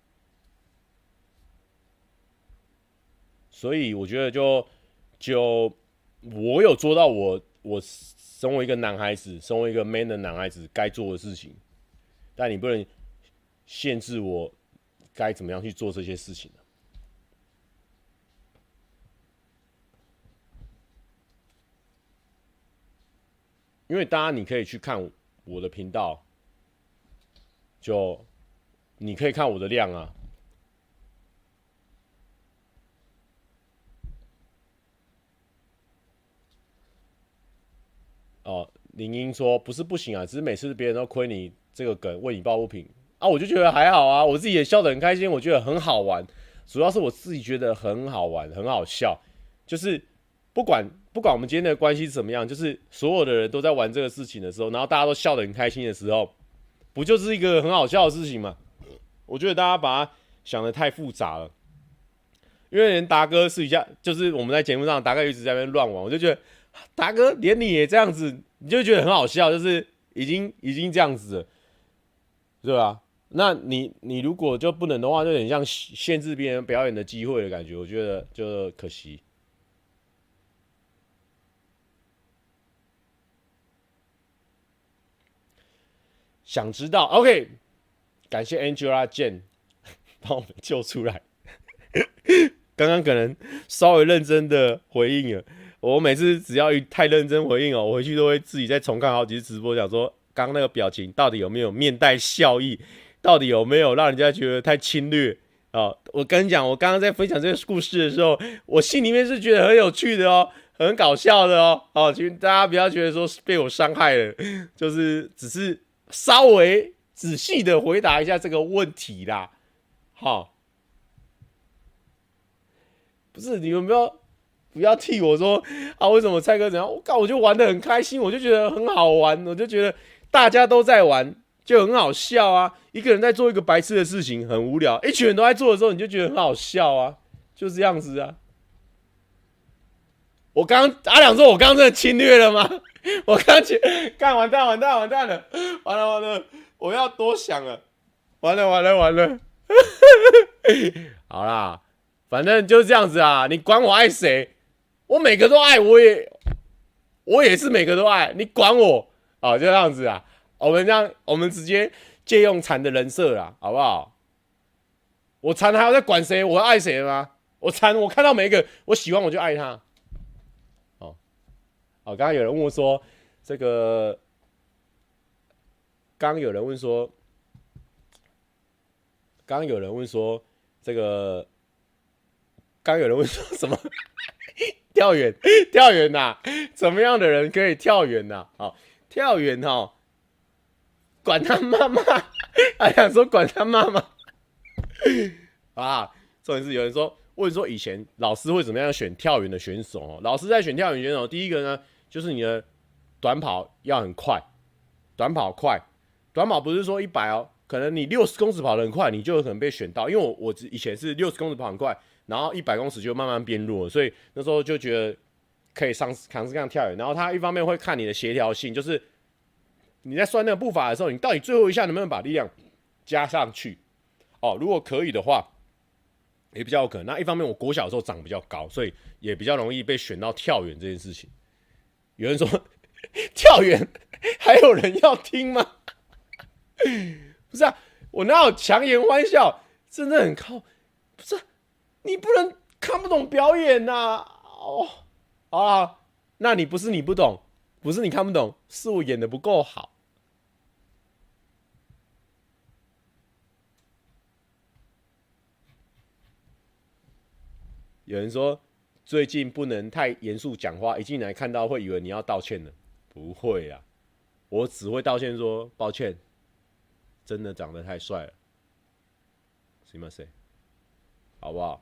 所以我觉得就就我有做到我我身为一个男孩子，身为一个 man 的男孩子该做的事情，但你不能限制我该怎么样去做这些事情。因为大家你可以去看我的频道，就你可以看我的量啊。哦，林英说不是不行啊，只是每次别人都亏你这个梗，为你抱不平啊，我就觉得还好啊，我自己也笑得很开心，我觉得很好玩，主要是我自己觉得很好玩，很好笑，就是不管不管我们今天的关系是怎么样，就是所有的人都在玩这个事情的时候，然后大家都笑得很开心的时候，不就是一个很好笑的事情吗？我觉得大家把它想得太复杂了，因为连达哥私底下就是我们在节目上，达哥一直在那边乱玩，我就觉得。达哥连你也这样子，你就觉得很好笑，就是已经已经这样子了，对吧？那你你如果就不能的话，就有点像限制别人表演的机会的感觉，我觉得就可惜。想知道 ？OK， 感谢 Angela Jane 把我们救出来。刚刚可能稍微认真的回应了。我每次只要太认真回应哦，我回去都会自己再重看好几次直播，讲说刚刚那个表情到底有没有面带笑意，到底有没有让人家觉得太侵略啊、哦？我跟你讲，我刚刚在分享这个故事的时候，我心里面是觉得很有趣的哦，很搞笑的哦。哦，其实大家不要觉得说被我伤害了，就是只是稍微仔细的回答一下这个问题啦。好、哦，不是你们不要。不要替我说啊！为什么蔡哥怎样？我靠，我就玩得很开心，我就觉得很好玩，我就觉得大家都在玩，就很好笑啊！一个人在做一个白痴的事情，很无聊；一群人都在做的时候，你就觉得很好笑啊，就这样子啊。我刚阿良说，我刚刚真的侵略了吗？我刚侵，干完蛋，完蛋，完蛋了，完了完了，我要多想了，完了完了完了。好啦，反正就是这样子啊，你管我爱谁？我每个都爱，我也我也是每个都爱，你管我啊？就这样子啊，我们这样，我们直接借用蝉的人设啦，好不好？我蝉还要再管谁？我爱谁吗？我蝉，我看到每一个我喜欢我就爱他。哦，哦，刚刚有人问我说，这个，刚刚有人问说，刚刚有人问说，这个刚有人问说什么跳远？跳远呐、啊？怎么样的人可以跳远呐、啊？好，跳远哦，管他妈妈，还想说管他妈妈啊！重点是有人说问说以前老师会怎么样选跳远的选手哦？老师在选跳远选手，第一个呢就是你的短跑要很快，短跑快，短跑不是说一百哦。可能你六十公尺跑得很快，你就有可能被选到。因为我我以前是六十公尺跑很快，然后一百公尺就慢慢变弱，所以那时候就觉得可以上尝试这样跳远。然后他一方面会看你的协调性，就是你在算那个步伐的时候，你到底最后一下能不能把力量加上去？哦，如果可以的话，也比较有可能。那一方面我国小的时候长比较高，所以也比较容易被选到跳远这件事情。有人说跳远还有人要听吗？不是啊，我哪有强颜欢笑？真的很靠，不是、啊、你不能看不懂表演呐、啊！哦，好啦，那你不是你不懂，不是你看不懂，是我演的不够好。有人说最近不能太严肃讲话，一进来看到会以为你要道歉了，不会啊，我只会道歉说抱歉。真的长得太帅了，すみません，好不好？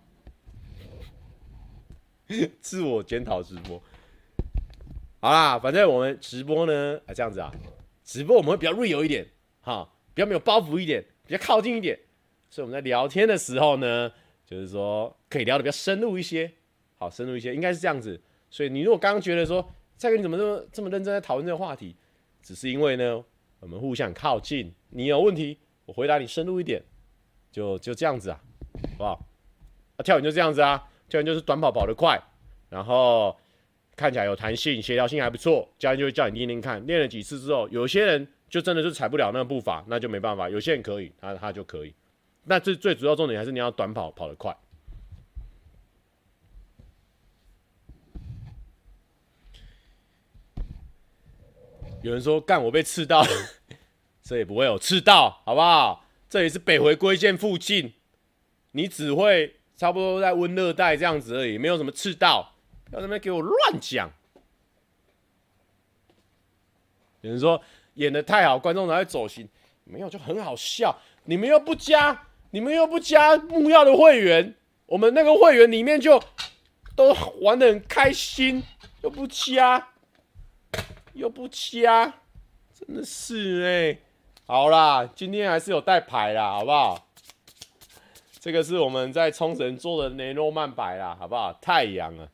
自我检讨直播，好啦，反正我们直播呢，啊这样子啊，直播我们会比较 real 一点，哈，比较没有包袱一点，比较靠近一点，所以我们在聊天的时候呢，就是说可以聊得比较深入一些，好，深入一些，应该是这样子。所以你如果刚刚觉得说，蔡哥你怎么这么这么认真在讨论这个话题，只是因为呢，我们互相靠近。你有问题，我回答你深入一点，就就这样子啊，好不好？啊，跳远就这样子啊，跳远就是短跑跑得快，然后看起来有弹性，协调性还不错。教练就会叫你练练看，练了几次之后，有些人就真的就踩不了那个步伐，那就没办法；有些人可以，他他就可以。那最最主要重点还是你要短跑跑得快。有人说干我被刺到了。这也不会有刺到，好不好？这里是北回归线附近，你只会差不多在温热带这样子而已，没有什么刺到。不要在那边给我乱讲。有人说演得太好，观众才会走心，没有就很好笑。你们又不加，你们又不加木曜的会员，我们那个会员里面就都玩得很开心，又不加，又不加，真的是哎、欸。好啦，今天还是有带牌啦，好不好？这个是我们在冲绳做的雷诺曼牌啦，好不好？太阳啊，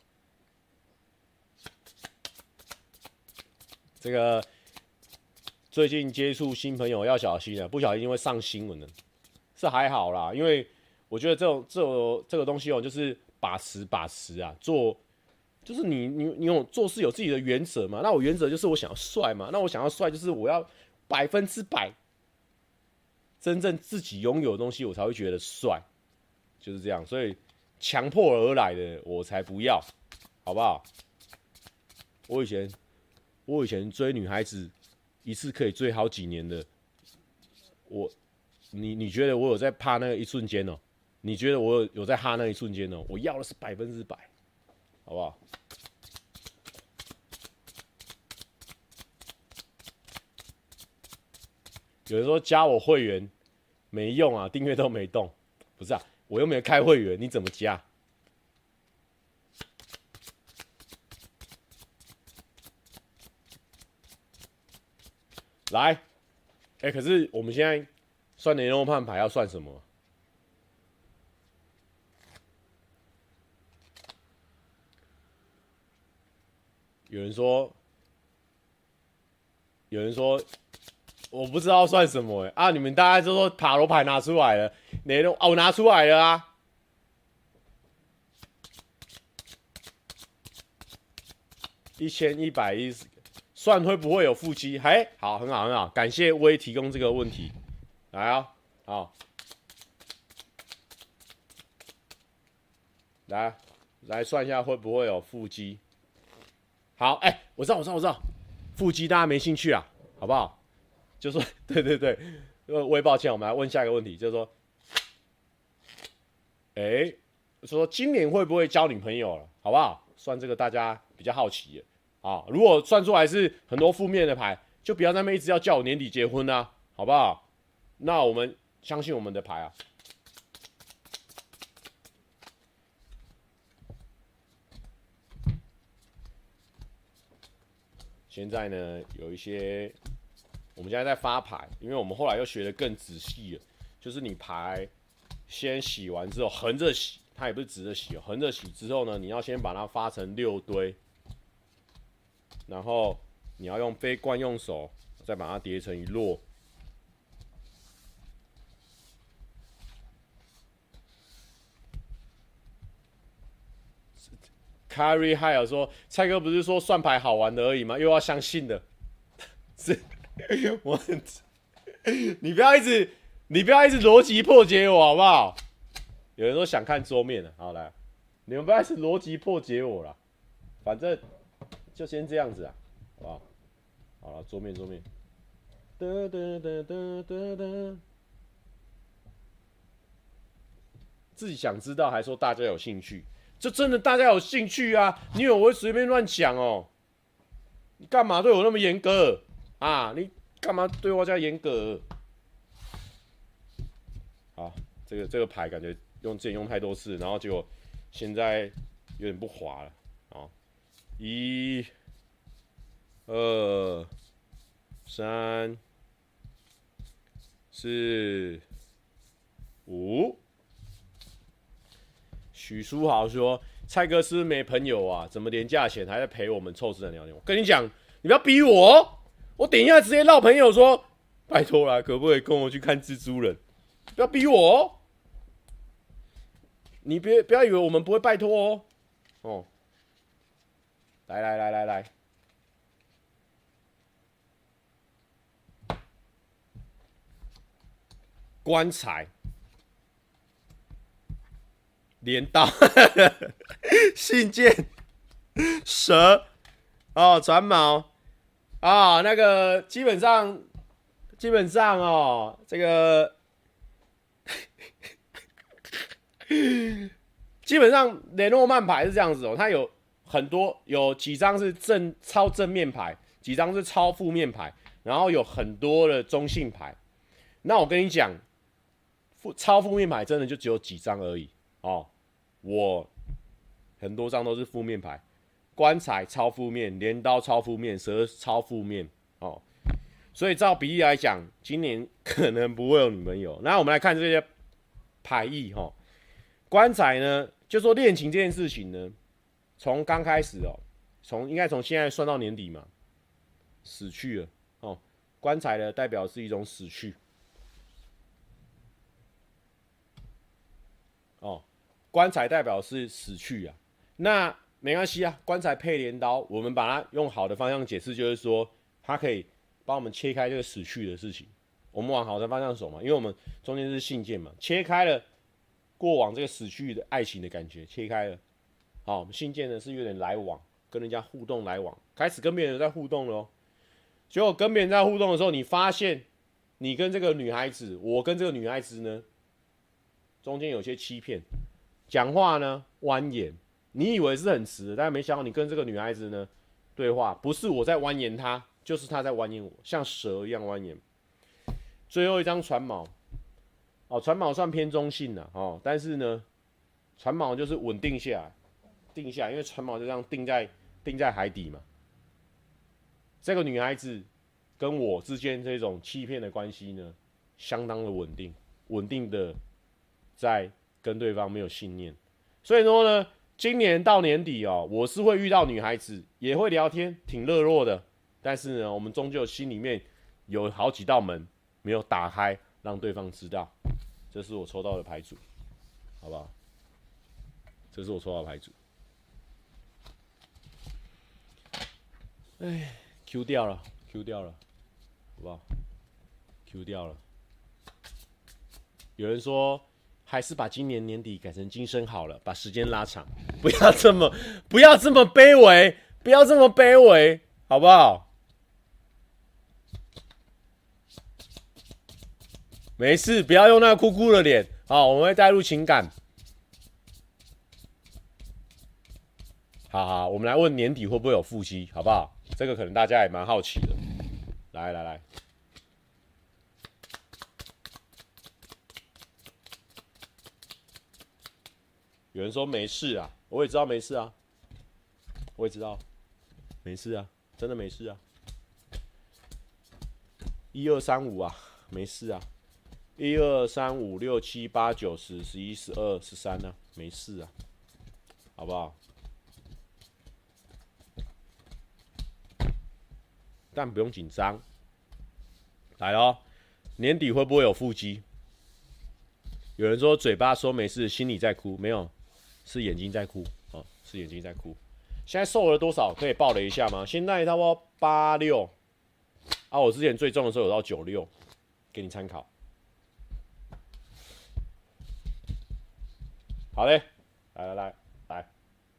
这个最近接触新朋友要小心了，不小心会上新闻了。是还好啦，因为我觉得这种这种这个东西哦，就是把持把持啊，做就是你你你有做事有自己的原则嘛。那我原则就是我想要帅嘛，那我想要帅就是我要百分之百。真正自己拥有的东西，我才会觉得帅，就是这样。所以强迫而来的，我才不要，好不好？我以前，我以前追女孩子，一次可以追好几年的。我，你你觉得我有在怕那个一瞬间哦？你觉得我有有在哈那一瞬间哦？我要的是百分之百，好不好？有人说加我会员。没用啊，订阅都没动，不是啊，我又没有开会员，你怎么加？来，哎、欸，可是我们现在算雷诺曼牌要算什么？有人说，有人说。我不知道算什么哎、欸、啊！你们大家都说塔罗牌拿出来了，雷诺啊，我拿出来了啊！一千一百一十，算会不会有腹肌？嘿，好，很好，很好，感谢威提供这个问题。来啊，好，来来算一下会不会有腹肌？好，哎、欸，我知道，我知道，我知道，腹肌大家没兴趣啊，好不好？就说对对对，我也抱歉，我们来问下一个问题，就是说，哎、欸， 说今年会不会交女朋友了，好不好？算这个大家比较好奇的啊。如果算出来是很多负面的牌，就不要在那边一直要叫我年底结婚啊，好不好？那我们相信我们的牌啊。现在呢，有一些我们现在在发牌，因为我们后来又学得更仔细了，就是你牌先洗完之后横着洗，它也不是直着洗哦，横着洗之后呢，你要先把它发成六堆，然后你要用非惯用手再把它叠成一摞。Carry High 说：“蔡哥不是说算牌好玩的而已吗？又要相信的，是我，你不要一直，你不要一直逻辑破解我好不好？有人说想看桌面了，好来，你们不要一直逻辑破解我了，反正就先这样子啊，好不好？好了，桌面桌面，哒哒哒哒哒哒，自己想知道还说大家有兴趣。”就真的大家有兴趣啊？你以为我会随便乱讲哦？你干嘛对我那么严格啊？你干嘛对我这样严格？好，这个这个牌感觉用之前用太多次，然后结果现在有点不滑了。好，一、二、三、四、五。许书豪说：“蔡哥是不是没朋友啊？怎么连价钱还在陪我们臭直男聊天？我跟你讲，你不要逼我，我等一下直接绕朋友说，拜托啦，可不可以跟我去看蜘蛛人？不要逼我哦，你别不要以为我们不会拜托哦。哦，来来来来来，棺材。”镰刀、信件、蛇哦，船锚啊、哦，那个基本上基本上哦，这个基本上雷诺曼牌是这样子哦，它有很多有几张是正超正面牌，几张是超负面牌，然后有很多的中性牌。那我跟你讲，超负面牌真的就只有几张而已哦。我很多张都是负面牌，棺材超负面，镰刀超负面，蛇超负面哦。所以照比例来讲，今年可能不会有女朋友。那我们来看这些牌意哈、哦。棺材呢，就说恋情这件事情呢，从刚开始哦，从应该从现在算到年底嘛，死去了哦。棺材呢，代表是一种死去哦。棺材代表是死去啊，那没关系啊，棺材配镰刀，我们把它用好的方向解释，就是说它可以帮我们切开这个死去的事情。我们往好的方向走嘛，因为我们中间是信件嘛，切开了过往这个死去的爱情的感觉，切开了。好，我们信件呢是有点来往，跟人家互动来往，开始跟别人在互动了哦。结果跟别人在互动的时候，你发现你跟这个女孩子，我跟这个女孩子呢，中间有些欺骗。讲话呢蜿蜒，你以为是很直的，但没想到你跟这个女孩子呢对话，不是我在蜿蜒她，就是她在蜿蜒我，像蛇一样蜿蜒。最后一张船锚，哦，船锚算偏中性了哦，但是呢，船锚就是稳定下来，定下来，因为船锚就这样定在定在海底嘛。这个女孩子跟我之间这种欺骗的关系呢，相当的稳定，稳定的在。跟对方没有信念，所以说呢，今年到年底哦，我是会遇到女孩子，也会聊天，挺热络的。但是呢，我们终究心里面有好几道门没有打开，让对方知道。这是我抽到的牌组，好不好？这是我抽到的牌组。哎 ，Q 掉了 ，Q 掉了，好不好 ？Q 掉了。有人说。还是把今年年底改成今生好了，把时间拉长，不要这么，不要这么卑微，不要这么卑微，好不好？没事，不要用那个哭哭的脸，好，我们会带入情感。 好好，我们来问年底会不会有腹肌，好不好？这个可能大家也蛮好奇的。来来来，有人说没事啊，我也知道没事啊，我也知道没事啊，真的没事啊。一二三五啊，没事啊。一二三五六七八九十十一十二十三呢，没事啊，好不好？但不用紧张。来咯，年底会不会有腹肌？有人说嘴巴说没事，心里在哭，没有，是眼睛在哭哦，是眼睛在哭。现在瘦了多少？可以报了一下吗？现在差不多八六啊，我之前最重的时候有到九六，给你参考。好嘞，来来来来，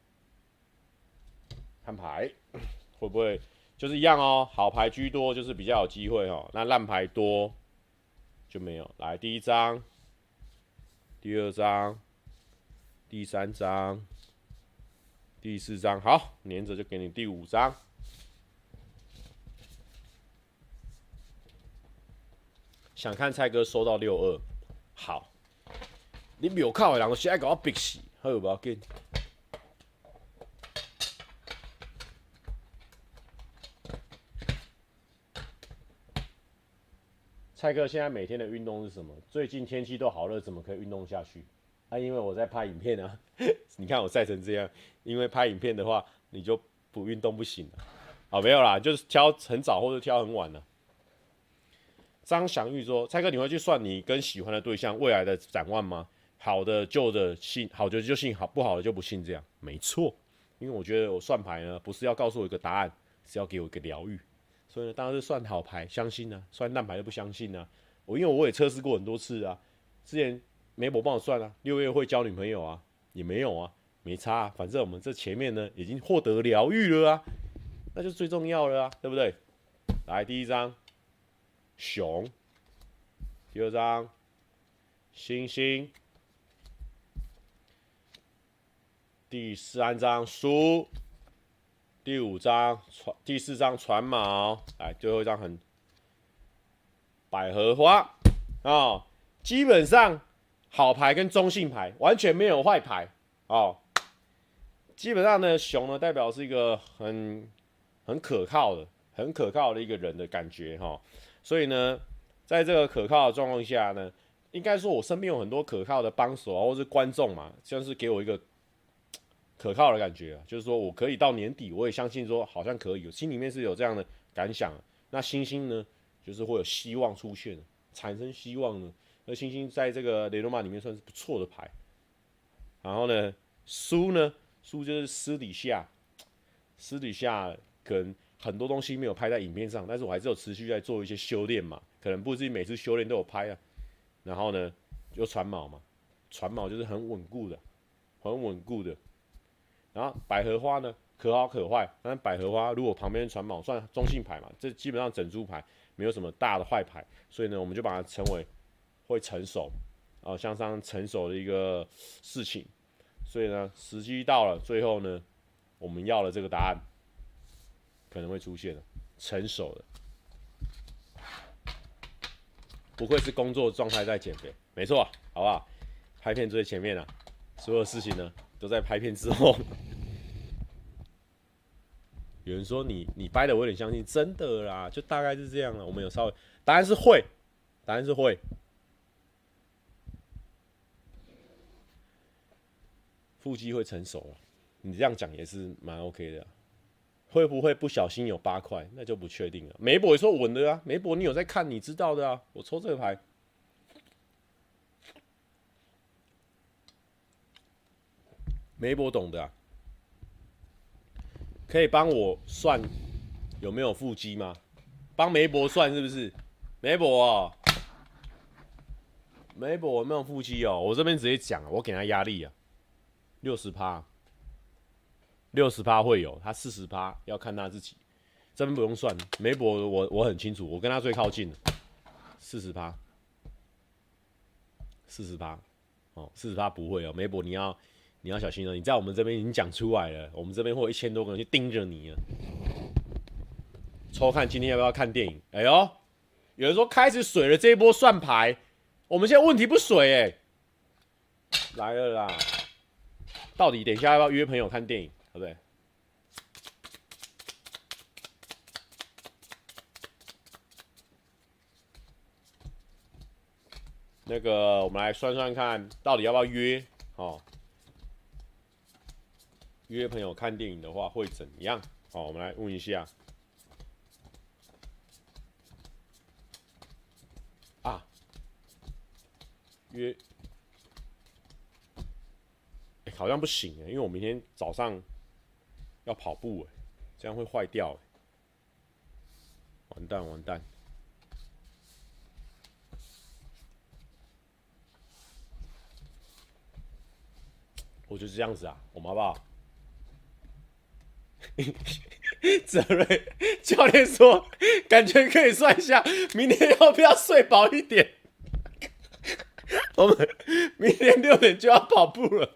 看牌会不会就是一样哦？好牌居多，就是比较有机会哦。那烂牌多就没有。来，第一张，第二张，第三张，第四张，好，连着就给你第五张。想看蔡哥收到六二，好。你庙口的人现在给我逼死，好不要紧。蔡哥现在每天的运动是什么？最近天气都好热，怎么可以运动下去？啊，因为我在拍影片啊。你看我晒成这样，因为拍影片的话，你就不运动不行了。好，没有啦，就是挑很早或者挑很晚了。张祥玉说：“蔡哥，你会去算你跟喜欢的对象未来的展望吗？好的就的信，好的就信，好不好的就不信，这样没错。因为我觉得我算牌呢，不是要告诉我一个答案，是要给我一个疗愈。所以呢，当然是算好牌，相信啊；算烂牌就不相信啊。我因为我也测试过很多次啊，之前媒婆帮我算啊，六月会交女朋友啊，也没有啊，没差啊。反正我们这前面呢已经获得疗愈了啊，那就最重要了啊，对不对？来，第一张。”熊，第二张星星，第三张书，第五张船，第四张船锚，来最后一张很百合花啊、哦，基本上好牌跟中性牌完全没有坏牌哦。基本上呢，熊呢代表是一个很很可靠的、很可靠的一个人的感觉哈。哦，所以呢，在这个可靠的状况下呢，应该说我身边有很多可靠的帮手啊，或是观众嘛，像是给我一个可靠的感觉啊，就是说我可以到年底，我也相信说好像可以，心里面是有这样的感想。那星星呢，就是会有希望出现，产生希望呢。那星星在这个雷诺玛里面算是不错的牌。然后呢，书呢，书就是私底下，私底下跟很多东西没有拍在影片上，但是我还是有持续在做一些修炼嘛，可能不是每次修炼都有拍啊。然后呢，就船锚嘛，船锚就是很稳固的，很稳固的。然后百合花呢，可好可坏，但是百合花如果旁边船锚算中性牌嘛，这基本上整株牌没有什么大的坏牌，所以呢，我们就把它称为会成熟啊、呃，向上成熟的一个事情。所以呢，时机到了，最后呢，我们要了这个答案。可能会出现了，成熟了，不愧是工作状态在减肥，没错，好不好？拍片最前面啊，所有事情呢都在拍片之后。有人说你你掰的我有点相信，真的啦，就大概是这样了。我们有稍微，答案是会，答案是会。腹肌会成熟了，你这样讲也是蛮 OK 的、啊。会不会不小心有八块，那就不确定了。梅博也说稳的啊，梅博你有在看，你知道的啊。我抽这个牌，梅博懂的啊。可以帮我算有没有腹肌吗？帮梅博算是不是？梅博哦，梅博有没有腹肌哦？我这边直接讲，我给他压力啊，六十趴。六十趴会有，他四十趴要看他自己，这边不用算。梅博我我很清楚，我跟他最靠近了，四十趴，四十趴，哦，四十趴不会哦。梅博你要你要小心了，你在我们这边已经讲出来了，我们这边会有一千多个人去盯着你了。抽看今天要不要看电影？哎呦，有人说开始水了这一波算牌，我们现在问题不水哎、欸，来了啦！到底等一下要不要约朋友看电影，对不对？那个，我们来算算看，到底要不要约？哦，约朋友看电影的话会怎样？好、哦，我们来问一下。啊，约，欸、好像不行哎，因为我明天早上要跑步哎，这样会坏掉哎，完蛋完蛋。我就是这样子啊，我们好不好？泽瑞教练说，感觉可以算一下，明天要不要睡饱一点？我们明天六点就要跑步了。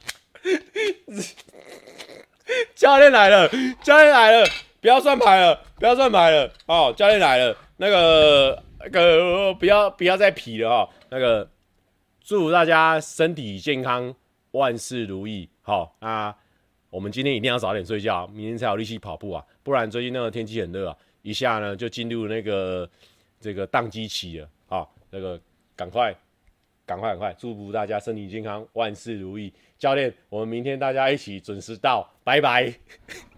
教练来了，教练来了，不要算牌了，不要算牌了。哦，教练来了，那个那个不要不要再皮了哦。那个祝大家身体健康。万事如意，好啊！我们今天一定要早点睡觉，明天才有力气跑步啊！不然最近那个天气很热啊，一下呢就进入那个这个宕机期了啊！那个赶快、赶快、赶快，祝福大家身体健康，万事如意！教练，我们明天大家一起准时到，拜拜。